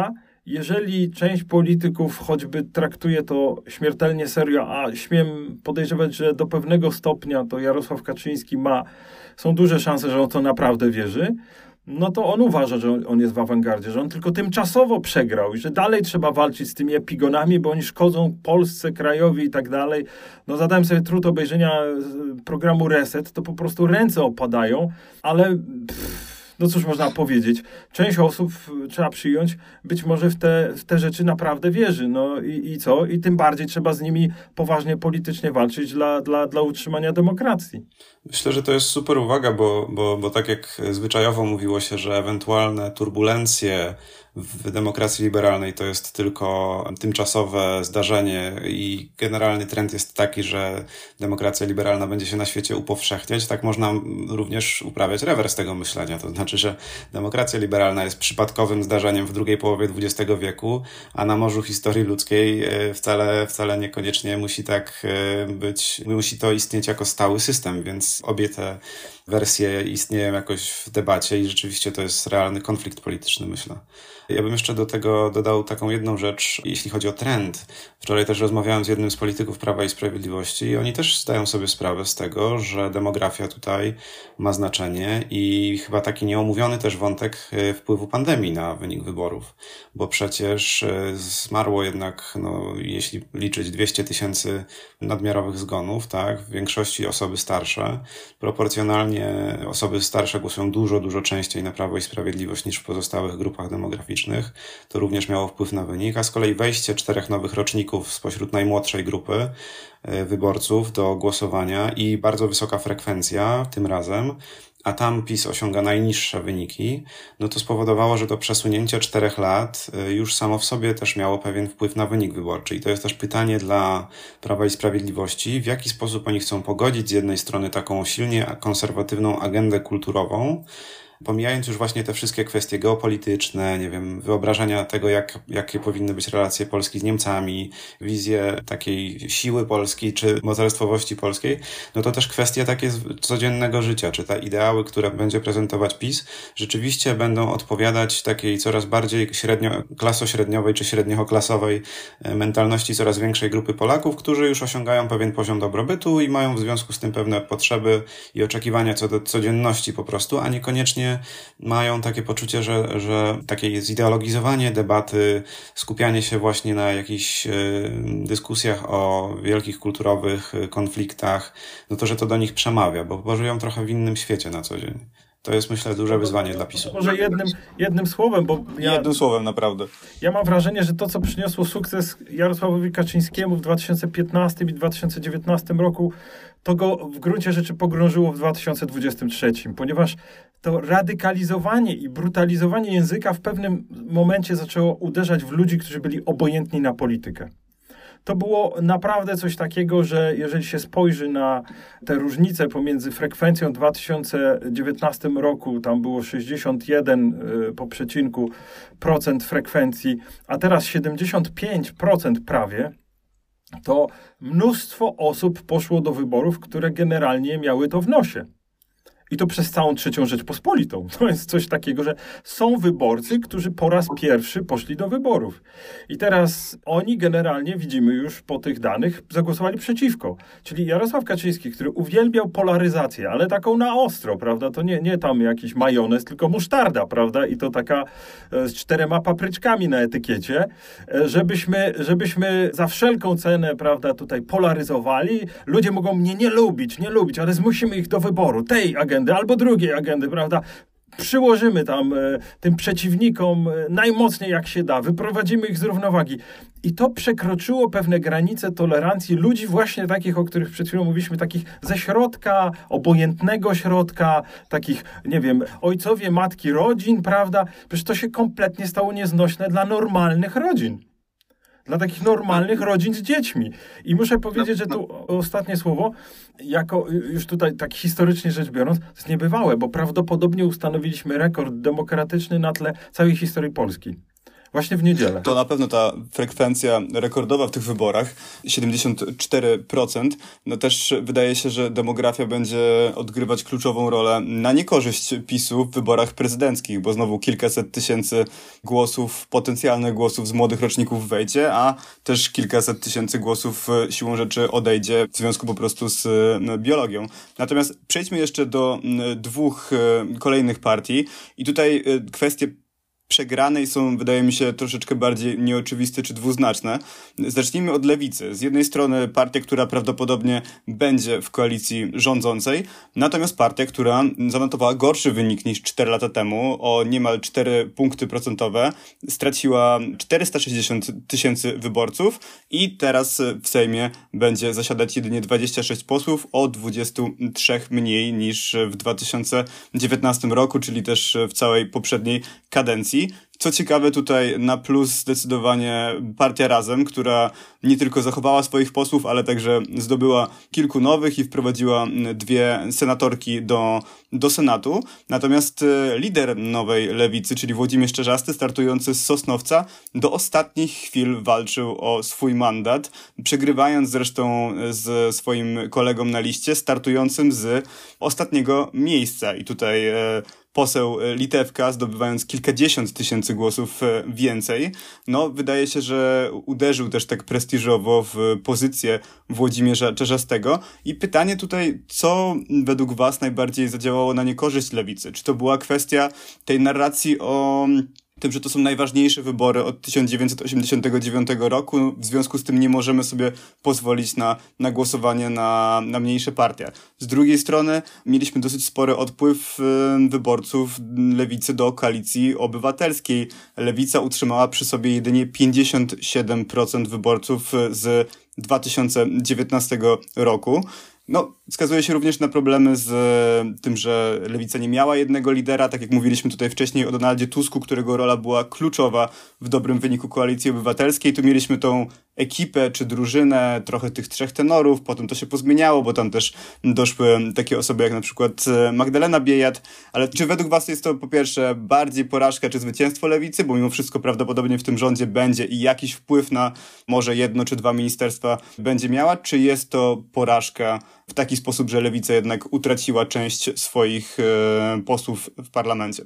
jeżeli część polityków choćby traktuje to śmiertelnie serio, a śmiem podejrzewać, że do pewnego stopnia to Jarosław Kaczyński ma, są duże szanse, że on to naprawdę wierzy, no to on uważa, że on jest w awangardzie, że on tylko tymczasowo przegrał i że dalej trzeba walczyć z tymi epigonami, bo oni szkodzą Polsce, krajowi i tak dalej. No zadałem sobie trud obejrzenia programu Reset, to po prostu ręce opadają, ale pff, no cóż można powiedzieć. Część osób, trzeba przyjąć, być może w te, w te rzeczy naprawdę wierzy. No i, i co? I tym bardziej trzeba z nimi poważnie politycznie walczyć dla, dla, dla utrzymania demokracji. Myślę, że to jest super uwaga, bo, bo, bo tak jak zwyczajowo mówiło się, że ewentualne turbulencje w demokracji liberalnej to jest tylko tymczasowe zdarzenie i generalny trend jest taki, że demokracja liberalna będzie się na świecie upowszechniać, tak można również uprawiać rewers tego myślenia. To znaczy, że demokracja liberalna jest przypadkowym zdarzeniem w drugiej połowie dwudziestego wieku, a na morzu historii ludzkiej wcale, wcale niekoniecznie musi tak być, musi to istnieć jako stały system, więc obie te wersje istnieją jakoś w debacie i rzeczywiście to jest realny konflikt polityczny, myślę. Ja bym jeszcze do tego dodał taką jedną rzecz, jeśli chodzi o trend. Wczoraj też rozmawiałem z jednym z polityków Prawa i Sprawiedliwości i oni też zdają sobie sprawę z tego, że demografia tutaj ma znaczenie i chyba taki nieomówiony też wątek wpływu pandemii na wynik wyborów, bo przecież zmarło jednak, no, jeśli liczyć dwieście tysięcy nadmiarowych zgonów, tak, w większości osoby starsze. Proporcjonalnie osoby starsze głosują dużo, dużo częściej na Prawo i Sprawiedliwość niż w pozostałych grupach demograficznych. To również miało wpływ na wynik, a z kolei wejście czterech nowych roczników spośród najmłodszej grupy wyborców do głosowania i bardzo wysoka frekwencja tym razem, a tam PiS osiąga najniższe wyniki, no to spowodowało, że to przesunięcie czterech lat już samo w sobie też miało pewien wpływ na wynik wyborczy. I to jest też pytanie dla Prawa i Sprawiedliwości, w jaki sposób oni chcą pogodzić z jednej strony taką silnie konserwatywną agendę kulturową, pomijając już właśnie te wszystkie kwestie geopolityczne, nie wiem, wyobrażenia tego, jak, jakie powinny być relacje Polski z Niemcami, wizję takiej siły Polski czy mocarstwowości polskiej, no to też kwestie takie codziennego życia, czy te ideały, które będzie prezentować PiS, rzeczywiście będą odpowiadać takiej coraz bardziej średnio, klasośredniowej czy średnioklasowej mentalności coraz większej grupy Polaków, którzy już osiągają pewien poziom dobrobytu i mają w związku z tym pewne potrzeby i oczekiwania co do codzienności po prostu, a niekoniecznie mają takie poczucie, że, że takie zideologizowanie debaty, skupianie się właśnie na jakichś dyskusjach o wielkich kulturowych konfliktach, no to, że to do nich przemawia, bo, bo żyją trochę w innym świecie na co dzień. To jest, myślę, duże wyzwanie dla PiSu. Może jednym, jednym słowem, bo ja, jednym słowem, naprawdę. Ja mam wrażenie, że to, co przyniosło sukces Jarosławowi Kaczyńskiemu w dwa tysiące piętnastym i dwa tysiące dziewiętnastym roku, to go w gruncie rzeczy pogrążyło w dwa tysiące dwudziestym trzecim, ponieważ to radykalizowanie i brutalizowanie języka w pewnym momencie zaczęło uderzać w ludzi, którzy byli obojętni na politykę. To było naprawdę coś takiego, że jeżeli się spojrzy na te różnice pomiędzy frekwencją w dwa tysiące dziewiętnastym roku, tam było sześćdziesiąt jeden po przecinku procent frekwencji, a teraz siedemdziesiąt pięć procent prawie, to mnóstwo osób poszło do wyborów, które generalnie miały to w nosie. I to przez całą trzecią Rzeczpospolitą. To jest coś takiego, że są wyborcy, którzy po raz pierwszy poszli do wyborów. I teraz oni generalnie, widzimy już po tych danych, zagłosowali przeciwko. Czyli Jarosław Kaczyński, który uwielbiał polaryzację, ale taką na ostro, prawda? To nie, nie tam jakiś majonez, tylko musztarda, prawda? I to taka z czterema papryczkami na etykiecie, żebyśmy, żebyśmy za wszelką cenę, prawda, tutaj polaryzowali. Ludzie mogą mnie nie lubić, nie lubić, ale zmusimy ich do wyboru tej agendy albo drugiej agendy, prawda? Przyłożymy tam e, tym przeciwnikom e, najmocniej jak się da, wyprowadzimy ich z równowagi. I to przekroczyło pewne granice tolerancji ludzi właśnie takich, o których przed chwilą mówiliśmy, takich ze środka, obojętnego środka, takich, nie wiem, ojcowie, matki rodzin, prawda? Przecież to się kompletnie stało nieznośne dla normalnych rodzin. Dla takich normalnych rodzin z dziećmi. I muszę powiedzieć, że tu ostatnie słowo, jako już tutaj tak historycznie rzecz biorąc, to jest niebywałe, bo prawdopodobnie ustanowiliśmy rekord demokratyczny na tle całej historii Polski. Właśnie w niedzielę. To na pewno ta frekwencja rekordowa w tych wyborach, siedemdziesiąt cztery procent, no też wydaje się, że demografia będzie odgrywać kluczową rolę na niekorzyść PiSu w wyborach prezydenckich, bo znowu kilkaset tysięcy głosów, potencjalnych głosów z młodych roczników wejdzie, a też kilkaset tysięcy głosów siłą rzeczy odejdzie w związku po prostu z biologią. Natomiast przejdźmy jeszcze do dwóch kolejnych partii i tutaj kwestie przegranej są, wydaje mi się, troszeczkę bardziej nieoczywiste czy dwuznaczne. Zacznijmy od lewicy. Z jednej strony partia, która prawdopodobnie będzie w koalicji rządzącej, natomiast partia, która zanotowała gorszy wynik niż cztery lata temu, o niemal cztery punkty procentowe, straciła czterysta sześćdziesiąt tysięcy wyborców i teraz w Sejmie będzie zasiadać jedynie dwadzieścia sześć posłów, o dwadzieścia trzy mniej niż w dwa tysiące dziewiętnastym roku, czyli też w całej poprzedniej kadencji. Co ciekawe, tutaj na plus zdecydowanie partia Razem, która nie tylko zachowała swoich posłów, ale także zdobyła kilku nowych i wprowadziła dwie senatorki do, do Senatu. Natomiast lider nowej lewicy, czyli Włodzimierz Czarzasty, startujący z Sosnowca, do ostatnich chwil walczył o swój mandat, przegrywając zresztą z swoim kolegą na liście, startującym z ostatniego miejsca. I tutaj poseł Litewka, zdobywając kilkadziesiąt tysięcy głosów więcej. No, wydaje się, że uderzył też tak prestiżowo w pozycję Włodzimierza Czarzastego. I pytanie tutaj, co według was najbardziej zadziałało na niekorzyść lewicy? Czy to była kwestia tej narracji o tym, że to są najważniejsze wybory od tysiąc dziewięćset osiemdziesiątego dziewiątego roku, w związku z tym nie możemy sobie pozwolić na, na głosowanie na, na mniejsze partie. Z drugiej strony mieliśmy dosyć spory odpływ y, wyborców lewicy do koalicji obywatelskiej. Lewica utrzymała przy sobie jedynie pięćdziesiąt siedem procent wyborców z dwa tysiące dziewiętnastego roku. No, wskazuje się również na problemy z tym, że lewica nie miała jednego lidera, tak jak mówiliśmy tutaj wcześniej o Donaldzie Tusku, którego rola była kluczowa w dobrym wyniku Koalicji Obywatelskiej. Tu mieliśmy tą ekipę czy drużynę, trochę tych trzech tenorów, potem to się pozmieniało, bo tam też doszły takie osoby jak na przykład Magdalena Biejat, ale czy według was jest to po pierwsze bardziej porażka czy zwycięstwo lewicy, bo mimo wszystko prawdopodobnie w tym rządzie będzie i jakiś wpływ na może jedno czy dwa ministerstwa będzie miała, czy jest to porażka w taki sposób, że lewica jednak utraciła część swoich e, posłów w parlamencie?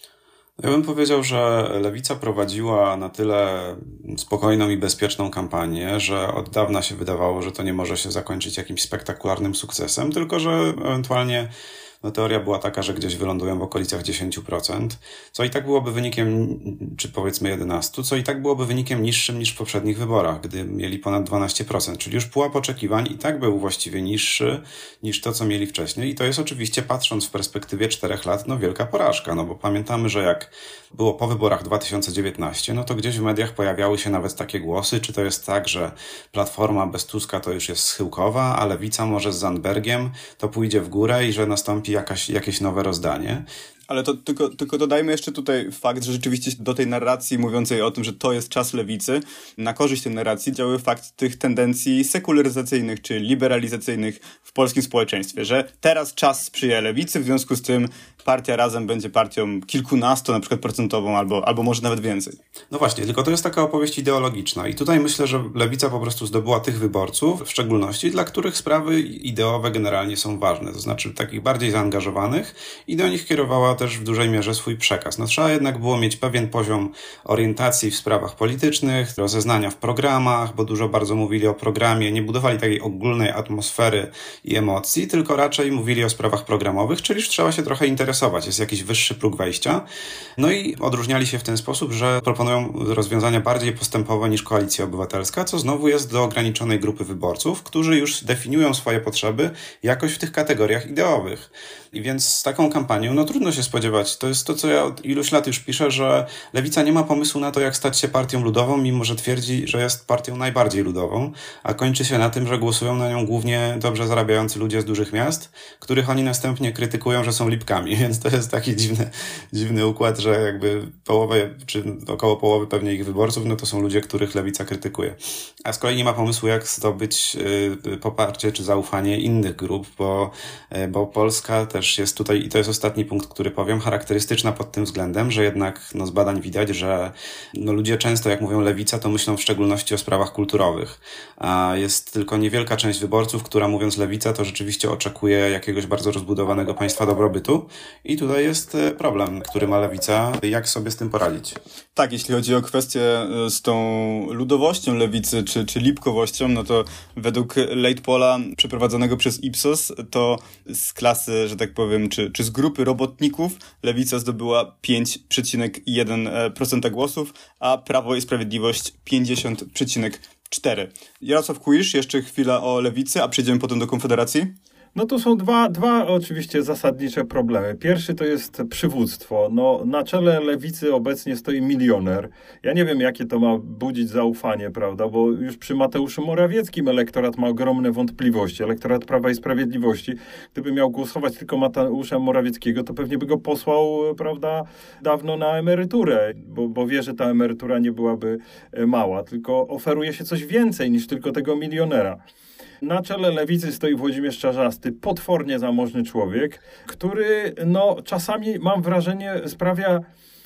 Ja bym powiedział, że lewica prowadziła na tyle spokojną i bezpieczną kampanię, że od dawna się wydawało, że to nie może się zakończyć jakimś spektakularnym sukcesem, tylko że ewentualnie no, teoria była taka, że gdzieś wylądują w okolicach dziesięć procent, co i tak byłoby wynikiem, czy powiedzmy jedenaście procent, co i tak byłoby wynikiem niższym niż w poprzednich wyborach, gdy mieli ponad dwanaście procent, czyli już pułap oczekiwań i tak był właściwie niższy niż to, co mieli wcześniej i to jest oczywiście, patrząc w perspektywie czterech lat, no wielka porażka, no bo pamiętamy, że jak było po wyborach dwa tysiące dziewiętnastego, no to gdzieś w mediach pojawiały się nawet takie głosy, czy to jest tak, że Platforma bez Tuska to już jest schyłkowa, a Lewica może z Zandbergiem to pójdzie w górę i że nastąpi jakaś, jakieś nowe rozdanie. Ale to tylko, tylko dodajmy jeszcze tutaj fakt, że rzeczywiście do tej narracji mówiącej o tym, że to jest czas lewicy, na korzyść tej narracji działał fakt tych tendencji sekularyzacyjnych czy liberalizacyjnych w polskim społeczeństwie, że teraz czas sprzyja lewicy, w związku z tym partia Razem będzie partią kilkunastu na przykład procentową albo, albo może nawet więcej. No właśnie, tylko to jest taka opowieść ideologiczna i tutaj myślę, że lewica po prostu zdobyła tych wyborców, w szczególności dla których sprawy ideowe generalnie są ważne, to znaczy takich bardziej zaangażowanych i do nich kierowała też w dużej mierze swój przekaz. No trzeba jednak było mieć pewien poziom orientacji w sprawach politycznych, rozeznania w programach, bo dużo bardzo mówili o programie, nie budowali takiej ogólnej atmosfery i emocji, tylko raczej mówili o sprawach programowych, czyli już trzeba się trochę interesować, jest jakiś wyższy próg wejścia. No i odróżniali się w ten sposób, że proponują rozwiązania bardziej postępowe niż Koalicja Obywatelska, co znowu jest do ograniczonej grupy wyborców, którzy już definiują swoje potrzeby jakoś w tych kategoriach ideowych. I więc z taką kampanią, no trudno się spodziewać. To jest to, co ja od iluś lat już piszę, że Lewica nie ma pomysłu na to, jak stać się partią ludową, mimo że twierdzi, że jest partią najbardziej ludową, a kończy się na tym, że głosują na nią głównie dobrze zarabiający ludzie z dużych miast, których oni następnie krytykują, że są lipkami. Więc to jest taki dziwny, dziwny układ, że jakby połowę, czy około połowy pewnie ich wyborców, no to są ludzie, których Lewica krytykuje. A z kolei nie ma pomysłu, jak zdobyć y, poparcie czy zaufanie innych grup, bo, y, bo Polska też jest tutaj, i to jest ostatni punkt, który powiem, charakterystyczna pod tym względem, że jednak no, z badań widać, że no, ludzie często, jak mówią lewica, to myślą w szczególności o sprawach kulturowych. A jest tylko niewielka część wyborców, która mówiąc lewica, to rzeczywiście oczekuje jakiegoś bardzo rozbudowanego państwa dobrobytu. I tutaj jest problem, który ma lewica. Jak sobie z tym poradzić? Tak, jeśli chodzi o kwestię z tą ludowością lewicy, czy, czy lipkowością, no to według late polla przeprowadzonego przez Ipsos, to z klasy, że tak powiem, czy, czy z grupy robotników lewica zdobyła pięć przecinek jeden procent głosów, a Prawo i Sprawiedliwość pięćdziesiąt przecinek cztery procent. Jarosław Kuisz, jeszcze chwila o lewicy, a przejdziemy potem do Konfederacji. No to są dwa, dwa oczywiście zasadnicze problemy. Pierwszy to jest przywództwo. No, na czele lewicy obecnie stoi milioner. Ja nie wiem, jakie to ma budzić zaufanie, prawda, bo już przy Mateuszu Morawieckim elektorat ma ogromne wątpliwości. Elektorat Prawa i Sprawiedliwości, gdyby miał głosować tylko Mateusza Morawieckiego, to pewnie by go posłał, prawda, dawno na emeryturę, bo, bo wie, że ta emerytura nie byłaby mała, tylko oferuje się coś więcej niż tylko tego milionera. Na czele lewicy stoi Włodzimierz Czarzasty, potwornie zamożny człowiek, który no czasami, mam wrażenie, sprawia,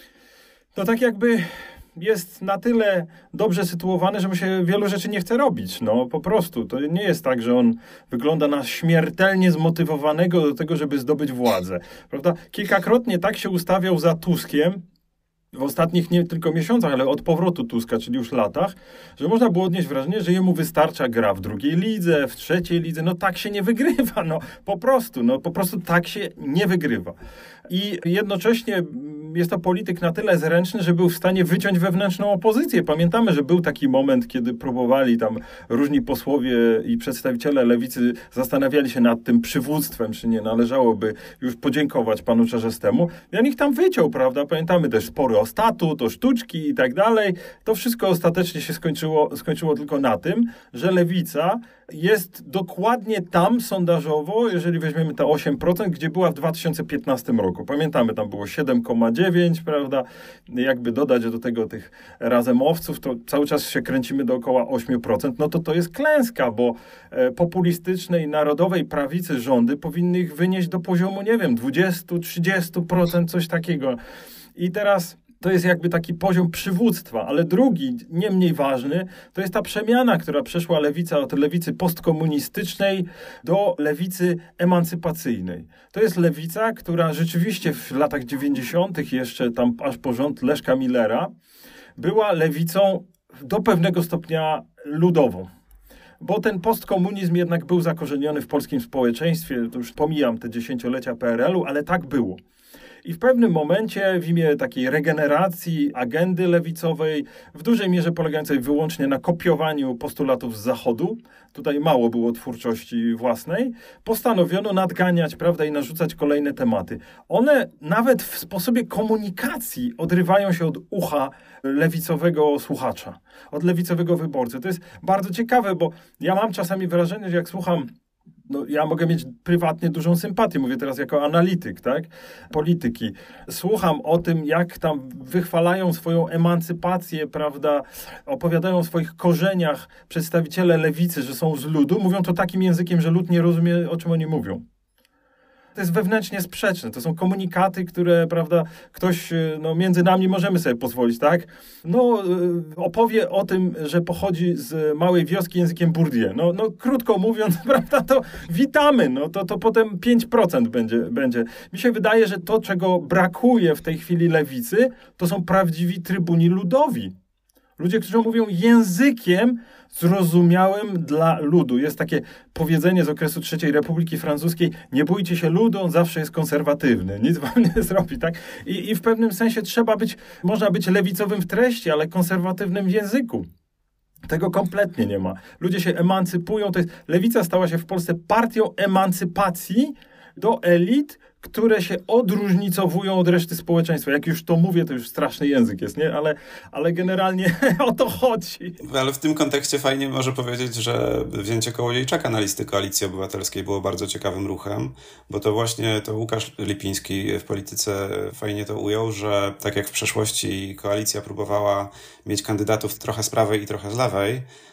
no tak jakby jest na tyle dobrze sytuowany, że mu się wielu rzeczy nie chce robić. No po prostu. To nie jest tak, że on wygląda na śmiertelnie zmotywowanego do tego, żeby zdobyć władzę. Prawda? Kilkakrotnie tak się ustawiał za Tuskiem, w ostatnich nie tylko miesiącach, ale od powrotu Tuska, czyli już latach, że można było odnieść wrażenie, że jemu wystarcza gra w drugiej lidze, w trzeciej lidze. No tak się nie wygrywa, no po prostu, no po prostu tak się nie wygrywa. I jednocześnie jest to polityk na tyle zręczny, że był w stanie wyciąć wewnętrzną opozycję. Pamiętamy, że był taki moment, kiedy próbowali tam różni posłowie i przedstawiciele lewicy zastanawiali się nad tym przywództwem, czy nie należałoby już podziękować panu Czarzastemu. I on ich tam wyciął, prawda? Pamiętamy też spory o statut, o sztuczki i tak dalej. To wszystko ostatecznie się skończyło, skończyło tylko na tym, że lewica jest dokładnie tam sondażowo, jeżeli weźmiemy te osiem procent, gdzie była w dwa tysiące piętnastym roku. Pamiętamy, tam było siedem przecinek dziewięć, prawda? Jakby dodać do tego tych razemowców, to cały czas się kręcimy dookoła osiem procent. No to to jest klęska, bo e, populistycznej, narodowej prawicy rządy powinny ich wynieść do poziomu, nie wiem, dwadzieścia do trzydziestu procent, coś takiego. I teraz to jest jakby taki poziom przywództwa, ale drugi, nie mniej ważny, to jest ta przemiana, która przeszła lewica od lewicy postkomunistycznej do lewicy emancypacyjnej. To jest lewica, która rzeczywiście w latach dziewięćdziesiątych jeszcze tam aż po rząd Leszka Millera była lewicą do pewnego stopnia ludową. Bo ten postkomunizm jednak był zakorzeniony w polskim społeczeństwie, to już pomijam te dziesięciolecia P R L-u, ale tak było. I w pewnym momencie w imię takiej regeneracji agendy lewicowej, w dużej mierze polegającej wyłącznie na kopiowaniu postulatów z Zachodu, tutaj mało było twórczości własnej, postanowiono nadganiać, prawda, i narzucać kolejne tematy. One nawet w sposobie komunikacji odrywają się od ucha lewicowego słuchacza, od lewicowego wyborcy. To jest bardzo ciekawe, bo ja mam czasami wrażenie, że jak słucham, no, ja mogę mieć prywatnie dużą sympatię, mówię teraz jako analityk, tak, polityki. Słucham o tym, jak tam wychwalają swoją emancypację, prawda, opowiadają o swoich korzeniach przedstawiciele lewicy, że są z ludu, mówią to takim językiem, że lud nie rozumie, o czym oni mówią. To jest wewnętrznie sprzeczne. To są komunikaty, które, prawda, ktoś, no między nami możemy sobie pozwolić, tak? No, opowie o tym, że pochodzi z małej wioski językiem Bourdieu. No, no krótko mówiąc, prawda, to witamy, no to, to potem pięć procent będzie, będzie. Mi się wydaje, że to, czego brakuje w tej chwili lewicy, to są prawdziwi trybuni ludowi. Ludzie, którzy mówią językiem zrozumiałym dla ludu. Jest takie powiedzenie z okresu trzeciej Republiki Francuskiej: nie bójcie się ludu, on zawsze jest konserwatywny. Nic wam nie zrobi, tak? I, i w pewnym sensie trzeba być, można być lewicowym w treści, ale konserwatywnym w języku. Tego kompletnie nie ma. Ludzie się emancypują. To jest, lewica stała się w Polsce partią emancypacji do elit, które się odróżnicowują od reszty społeczeństwa. Jak już to mówię, to już straszny język jest, nie? Ale, ale generalnie o to chodzi. Ale w tym kontekście fajnie może powiedzieć, że wzięcie Kołodziejczaka na listy Koalicji Obywatelskiej było bardzo ciekawym ruchem, bo to właśnie to Łukasz Lipiński w Polityce fajnie to ujął, że tak jak w przeszłości Koalicja próbowała mieć kandydatów trochę z prawej i trochę z lewej,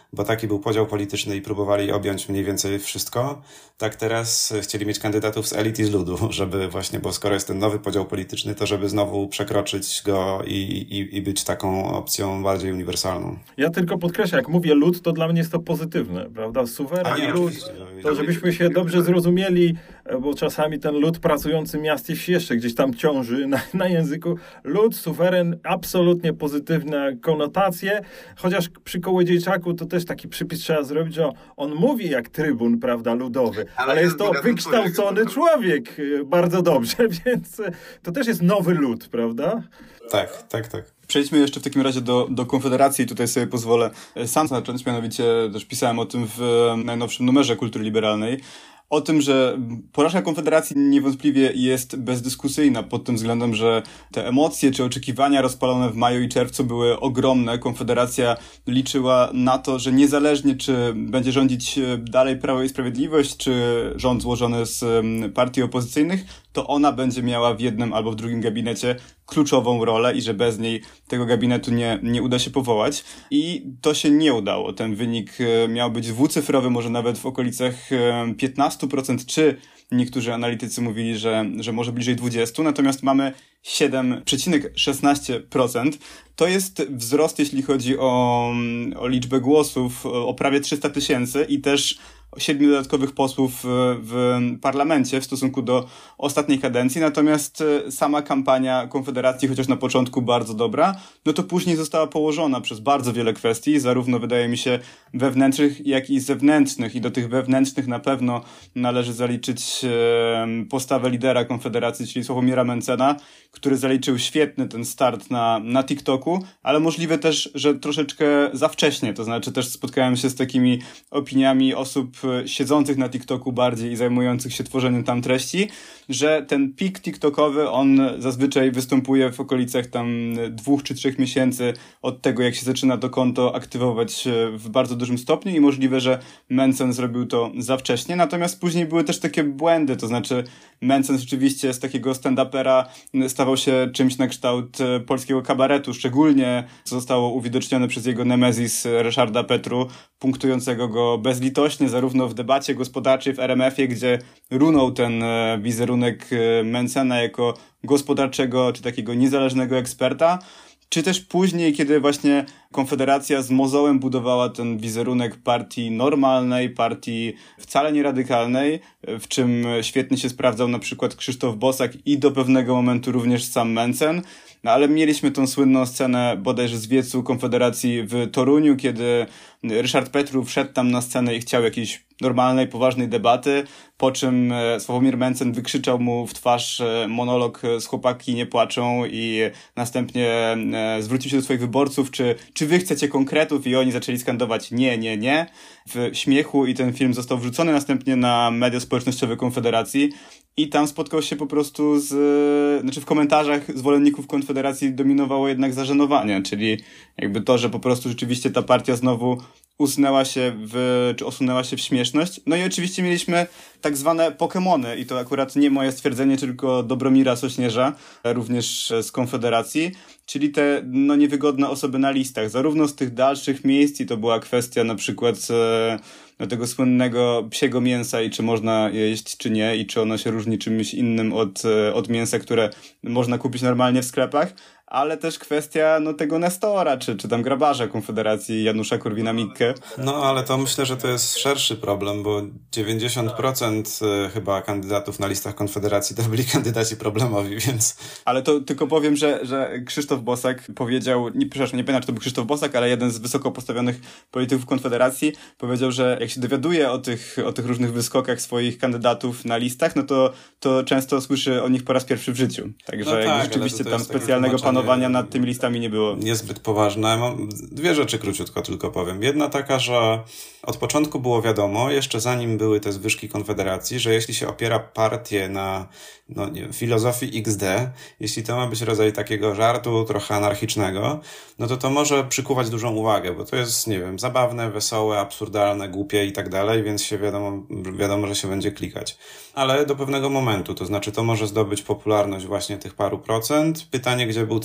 bo taki był podział polityczny i próbowali objąć mniej więcej wszystko, tak teraz chcieli mieć kandydatów z elit i z ludu, żeby właśnie, bo skoro jest ten nowy podział polityczny, to żeby znowu przekroczyć go i, i, i być taką opcją bardziej uniwersalną. Ja tylko podkreślam, jak mówię lud, to dla mnie jest to pozytywne, prawda? Suweren, nie, lud, to żebyśmy się dobrze zrozumieli, bo czasami ten lud pracujący miast jest jeszcze gdzieś tam ciąży na, na języku. Lud, suweren, absolutnie pozytywne konotacje, chociaż przy Kołodziejczaku to też taki przypis trzeba zrobić, że on mówi jak trybun, prawda, ludowy, ale, ale jest to wykształcony człowiek bardzo dobrze, więc to też jest nowy lud, prawda? Tak, tak, tak. Przejdźmy jeszcze w takim razie do, do Konfederacji. Tutaj sobie pozwolę sam zacząć, mianowicie też pisałem o tym w najnowszym numerze Kultury Liberalnej. O tym, że porażka Konfederacji niewątpliwie jest bezdyskusyjna pod tym względem, że te emocje czy oczekiwania rozpalone w maju i czerwcu były ogromne. Konfederacja liczyła na to, że niezależnie czy będzie rządzić dalej Prawo i Sprawiedliwość, czy rząd złożony z partii opozycyjnych, to ona będzie miała w jednym albo w drugim gabinecie kluczową rolę i że bez niej tego gabinetu nie, nie uda się powołać. I to się nie udało. Ten wynik miał być dwucyfrowy, może nawet w okolicach piętnaście procent, czy niektórzy analitycy mówili, że, że może bliżej dwadzieścia procent, natomiast mamy siedem przecinek szesnaście procent. To jest wzrost, jeśli chodzi o, o liczbę głosów, o prawie trzysta tysięcy i też siedmiu dodatkowych posłów w parlamencie w stosunku do ostatniej kadencji, natomiast sama kampania Konfederacji, chociaż na początku bardzo dobra, no to później została położona przez bardzo wiele kwestii, zarówno wydaje mi się wewnętrznych, jak i zewnętrznych i do tych wewnętrznych na pewno należy zaliczyć postawę lidera Konfederacji, czyli Sławomira Mentzena, który zaliczył świetny ten start na, na TikToku, ale możliwe też, że troszeczkę za wcześnie, to znaczy też spotkałem się z takimi opiniami osób siedzących na TikToku bardziej i zajmujących się tworzeniem tam treści, że ten pik TikTokowy, on zazwyczaj występuje w okolicach tam dwóch czy trzech miesięcy od tego, jak się zaczyna to konto aktywować w bardzo dużym stopniu i możliwe, że Mentzen zrobił to za wcześnie, natomiast później były też takie błędy, to znaczy Mentzen rzeczywiście z takiego stand-upera stawał się czymś na kształt polskiego kabaretu, szczególnie co zostało uwidocznione przez jego nemezis Ryszarda Petru, punktującego go bezlitośnie, zarówno w debacie gospodarczej w R M F ie, gdzie runął ten wizerunek Mentzena jako gospodarczego czy takiego niezależnego eksperta, czy też później, kiedy właśnie Konfederacja z mozołem budowała ten wizerunek partii normalnej, partii wcale nie radykalnej, w czym świetnie się sprawdzał na przykład Krzysztof Bosak i do pewnego momentu również sam Mentzen. No ale mieliśmy tą słynną scenę bodajże z wiecu Konfederacji w Toruniu, kiedy Ryszard Petru wszedł tam na scenę i chciał jakiejś normalnej, poważnej debaty, po czym Sławomir Mentzen wykrzyczał mu w twarz monolog z chłopaki nie płaczą i następnie zwrócił się do swoich wyborców, czy, czy wy chcecie konkretów i oni zaczęli skandować nie, nie, nie w śmiechu i ten film został wrzucony następnie na media społecznościowe Konfederacji i tam spotkał się po prostu z, znaczy w komentarzach zwolenników Konfederacji dominowało jednak zażenowanie, czyli jakby to, że po prostu rzeczywiście ta partia znowu usunęła się w, czy osunęła się w śmieszność. No i oczywiście mieliśmy tak zwane Pokemony i to akurat nie moje stwierdzenie, tylko Dobromira Sośnierza, również z Konfederacji, czyli te no niewygodne osoby na listach, zarówno z tych dalszych miejsc i to była kwestia na przykład e, no, tego słynnego psiego mięsa i czy można jeść, czy nie i czy ono się różni czymś innym od, od mięsa, które można kupić normalnie w sklepach, ale też kwestia no, tego Nestora, czy, czy tam grabarza Konfederacji Janusza Korwina-Mikke. No, ale to myślę, że to jest szerszy problem, bo dziewięćdziesiąt procent chyba kandydatów na listach Konfederacji to byli kandydaci problemowi, więc... Ale to tylko powiem, że, że Krzysztof Bosak powiedział, nie, przepraszam, nie pamiętam, czy to był Krzysztof Bosak, ale jeden z wysoko postawionych polityków Konfederacji powiedział, że jak się dowiaduje o tych, o tych różnych wyskokach swoich kandydatów na listach, no to, to często słyszy o nich po raz pierwszy w życiu. Także no tak, rzeczywiście tam specjalnego panowania nad tymi listami nie było. Niezbyt poważne. Mam dwie rzeczy króciutko tylko powiem. Jedna taka, że od początku było wiadomo, jeszcze zanim były te zwyżki Konfederacji, że jeśli się opiera partię na no, nie wiem, filozofii iks de, jeśli to ma być rodzaj takiego żartu trochę anarchicznego, no to to może przykuwać dużą uwagę, bo to jest, nie wiem, zabawne, wesołe, absurdalne, głupie i tak dalej, więc się wiadomo, wiadomo, że się będzie klikać. Ale do pewnego momentu, to znaczy to może zdobyć popularność właśnie tych paru procent. Pytanie, gdzie był ten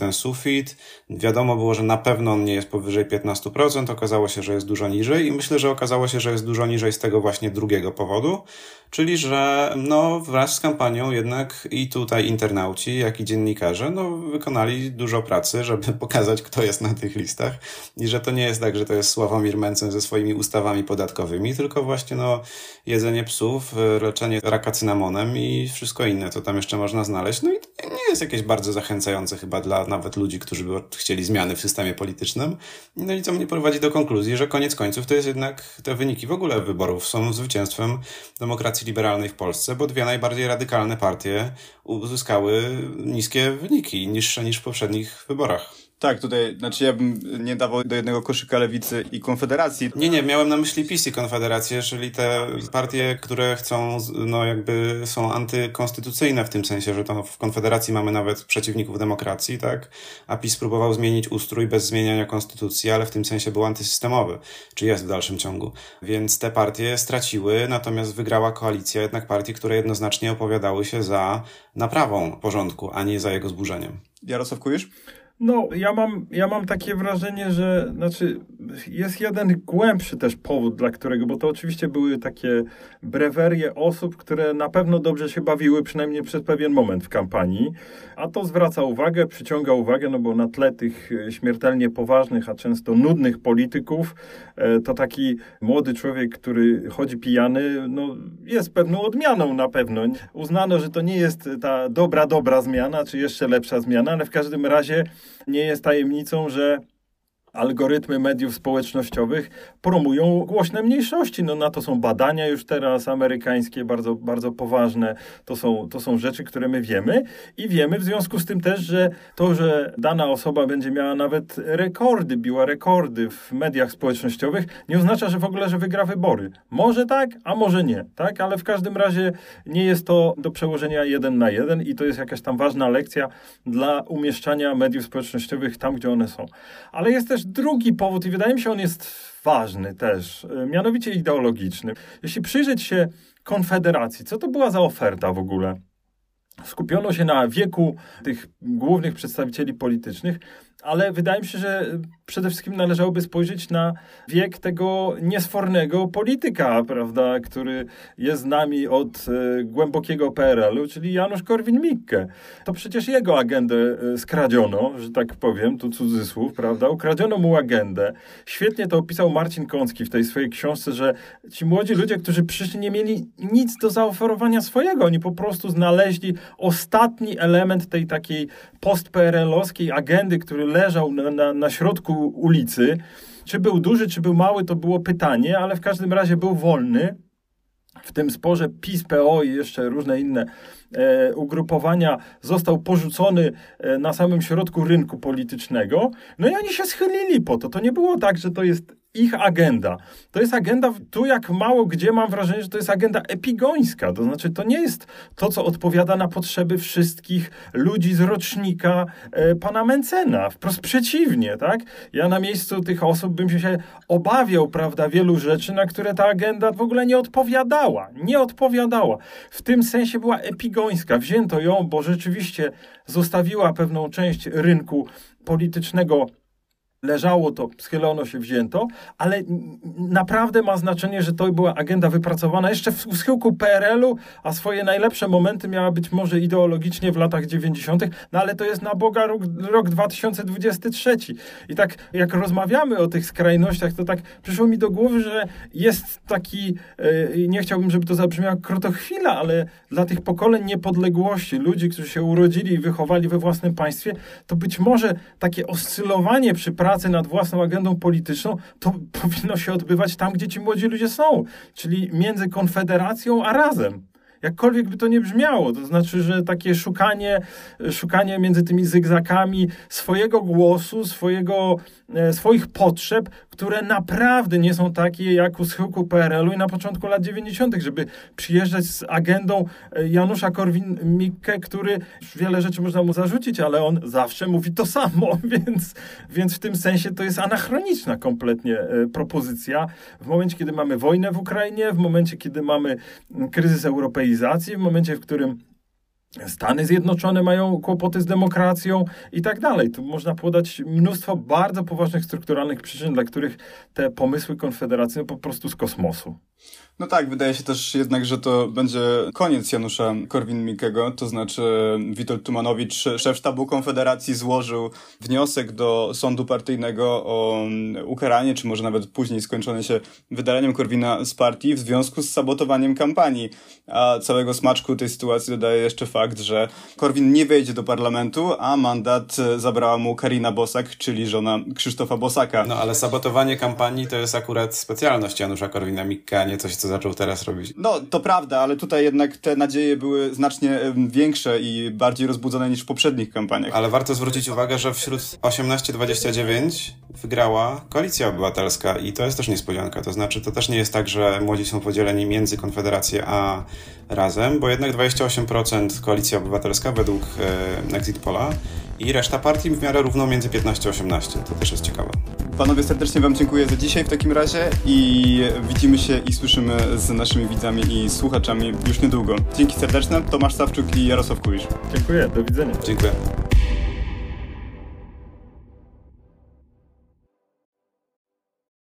ten sufit. Wiadomo było, że na pewno on nie jest powyżej piętnaście procent. Okazało się, że jest dużo niżej i myślę, że okazało się, że jest dużo niżej z tego właśnie drugiego powodu, czyli że no wraz z kampanią jednak i tutaj internauci, jak i dziennikarze no wykonali dużo pracy, żeby pokazać, kto jest na tych listach i że to nie jest tak, że to jest Sławomir Mencen ze swoimi ustawami podatkowymi, tylko właśnie no jedzenie psów, leczenie raka cynamonem i wszystko inne, co tam jeszcze można znaleźć. No i to nie jest jakieś bardzo zachęcające chyba dla nawet ludzi, którzy by chcieli zmiany w systemie politycznym. No i co mnie prowadzi do konkluzji, że koniec końców to jest jednak, te wyniki w ogóle wyborów są zwycięstwem demokracji liberalnej w Polsce, bo dwie najbardziej radykalne partie uzyskały niskie wyniki, niższe niż w poprzednich wyborach. Tak, tutaj, znaczy ja bym nie dawał do jednego koszyka Lewicy i Konfederacji. Nie, nie, miałem na myśli PiS i Konfederację, czyli te partie, które chcą, no jakby są antykonstytucyjne w tym sensie, że to w Konfederacji mamy nawet przeciwników demokracji, tak? A PiS próbował zmienić ustrój bez zmieniania konstytucji, ale w tym sensie był antysystemowy, czy jest w dalszym ciągu. Więc te partie straciły, natomiast wygrała koalicja jednak partii, które jednoznacznie opowiadały się za naprawą porządku, a nie za jego zburzeniem. Jarosław Kuisz? No, ja mam, ja mam takie wrażenie, że znaczy jest jeden głębszy też powód, dla którego, bo to oczywiście były takie brewerie osób, które na pewno dobrze się bawiły, przynajmniej przez pewien moment w kampanii, a to zwraca uwagę, przyciąga uwagę, no bo na tle tych śmiertelnie poważnych, a często nudnych polityków, to taki młody człowiek, który chodzi pijany, no jest pewną odmianą na pewno. Uznano, że to nie jest ta dobra, dobra zmiana, czy jeszcze lepsza zmiana, ale w każdym razie nie jest tajemnicą, że algorytmy mediów społecznościowych promują głośne mniejszości. No na to są badania już teraz amerykańskie, bardzo, bardzo poważne. To są, to są rzeczy, które my wiemy i wiemy w związku z tym też, że to, że dana osoba będzie miała nawet rekordy, biła rekordy w mediach społecznościowych, nie oznacza, że w ogóle, że wygra wybory. Może tak, a może nie, tak? Ale w każdym razie nie jest to do przełożenia jeden na jeden i to jest jakaś tam ważna lekcja dla umieszczania mediów społecznościowych tam, gdzie one są. Ale jest też drugi powód i wydaje mi się, on jest ważny też, mianowicie ideologiczny. Jeśli przyjrzeć się Konfederacji, co to była za oferta w ogóle? Skupiono się na wieku tych głównych przedstawicieli politycznych, ale wydaje mi się, że przede wszystkim należałoby spojrzeć na wiek tego niesfornego polityka, prawda, który jest z nami od e, głębokiego P R L u, czyli Janusz Korwin-Mikke. To przecież jego agendę e, skradziono, że tak powiem, tu cudzysłów, prawda, ukradziono mu agendę. Świetnie to opisał Marcin Kącki w tej swojej książce, że ci młodzi ludzie, którzy przyszli, nie mieli nic do zaoferowania swojego. Oni po prostu znaleźli ostatni element tej takiej post-P R L owskiej agendy, który leżał na, na, na środku ulicy. Czy był duży, czy był mały, to było pytanie, ale w każdym razie był wolny. W tym sporze PiS, P O i jeszcze różne inne e, ugrupowania został porzucony e, na samym środku rynku politycznego. No i oni się schylili po to. To nie było tak, że to jest ich agenda. To jest agenda, tu jak mało gdzie mam wrażenie, że to jest agenda epigońska. To znaczy, to nie jest to, co odpowiada na potrzeby wszystkich ludzi z rocznika e, pana Mencena. Wprost przeciwnie, tak? Ja na miejscu tych osób bym się obawiał, prawda, wielu rzeczy, na które ta agenda w ogóle nie odpowiadała. Nie odpowiadała. W tym sensie była epigońska. Wzięto ją, bo rzeczywiście zostawiła pewną część rynku politycznego. Leżało to, schylono się, wzięto, ale naprawdę ma znaczenie, że to była agenda wypracowana jeszcze w schyłku P R L u, a swoje najlepsze momenty miała być może ideologicznie w latach dziewięćdziesiątych, no ale to jest na Boga rok, rok dwa tysiące dwudziesty trzeci. I tak jak rozmawiamy o tych skrajnościach, to tak przyszło mi do głowy, że jest taki, yy, nie chciałbym, żeby to zabrzmiała krotochwila, ale dla tych pokoleń niepodległości, ludzi, którzy się urodzili i wychowali we własnym państwie, to być może takie oscylowanie przy pracy nad własną agendą polityczną, to powinno się odbywać tam, gdzie ci młodzi ludzie są, czyli między Konfederacją a Razem. Jakkolwiek by to nie brzmiało, to znaczy, że takie szukanie, szukanie między tymi zygzakami swojego głosu, swojego, e, swoich potrzeb, które naprawdę nie są takie jak u schyłku P R L u i na początku lat dziewięćdziesiątych, żeby przyjeżdżać z agendą Janusza Korwin-Mikke, który wiele rzeczy można mu zarzucić, ale on zawsze mówi to samo, więc, więc w tym sensie to jest anachroniczna kompletnie e, propozycja. W momencie, kiedy mamy wojnę w Ukrainie, w momencie, kiedy mamy kryzys europejski, w momencie, w którym Stany Zjednoczone mają kłopoty z demokracją i tak dalej. Tu można podać mnóstwo bardzo poważnych strukturalnych przyczyn, dla których te pomysły konfederacyjne po prostu z kosmosu. No tak, wydaje się też jednak, że to będzie koniec Janusza Korwin-Mikkego, to znaczy Witold Tumanowicz, szef sztabu Konfederacji, złożył wniosek do sądu partyjnego o ukaranie, czy może nawet później skończone się wydaleniem Korwina z partii w związku z sabotowaniem kampanii. A całego smaczku tej sytuacji dodaje jeszcze fakt, że Korwin nie wejdzie do parlamentu, a mandat zabrała mu Karina Bosak, czyli żona Krzysztofa Bosaka. No ale sabotowanie kampanii to jest akurat specjalność Janusza Korwina-Mikke, a nie coś, co zaczął teraz robić. No, to prawda, ale tutaj jednak te nadzieje były znacznie większe i bardziej rozbudzone niż w poprzednich kampaniach. Ale warto zwrócić uwagę, że wśród osiemnaście dwadzieścia dziewięć wygrała Koalicja Obywatelska i to jest też niespodzianka. To znaczy, to też nie jest tak, że młodzi są podzieleni między Konfederację a Razem, bo jednak dwadzieścia osiem procent Koalicja Obywatelska według e, Exit Pola i reszta partii w miarę równo między piętnaście a osiemnaście. To też jest ciekawe. Panowie, serdecznie wam dziękuję za dzisiaj w takim razie i widzimy się i słyszymy z naszymi widzami i słuchaczami już niedługo. Dzięki serdeczne, Tomasz Sawczuk i Jarosław Kulisz. Dziękuję, do widzenia. Dziękuję.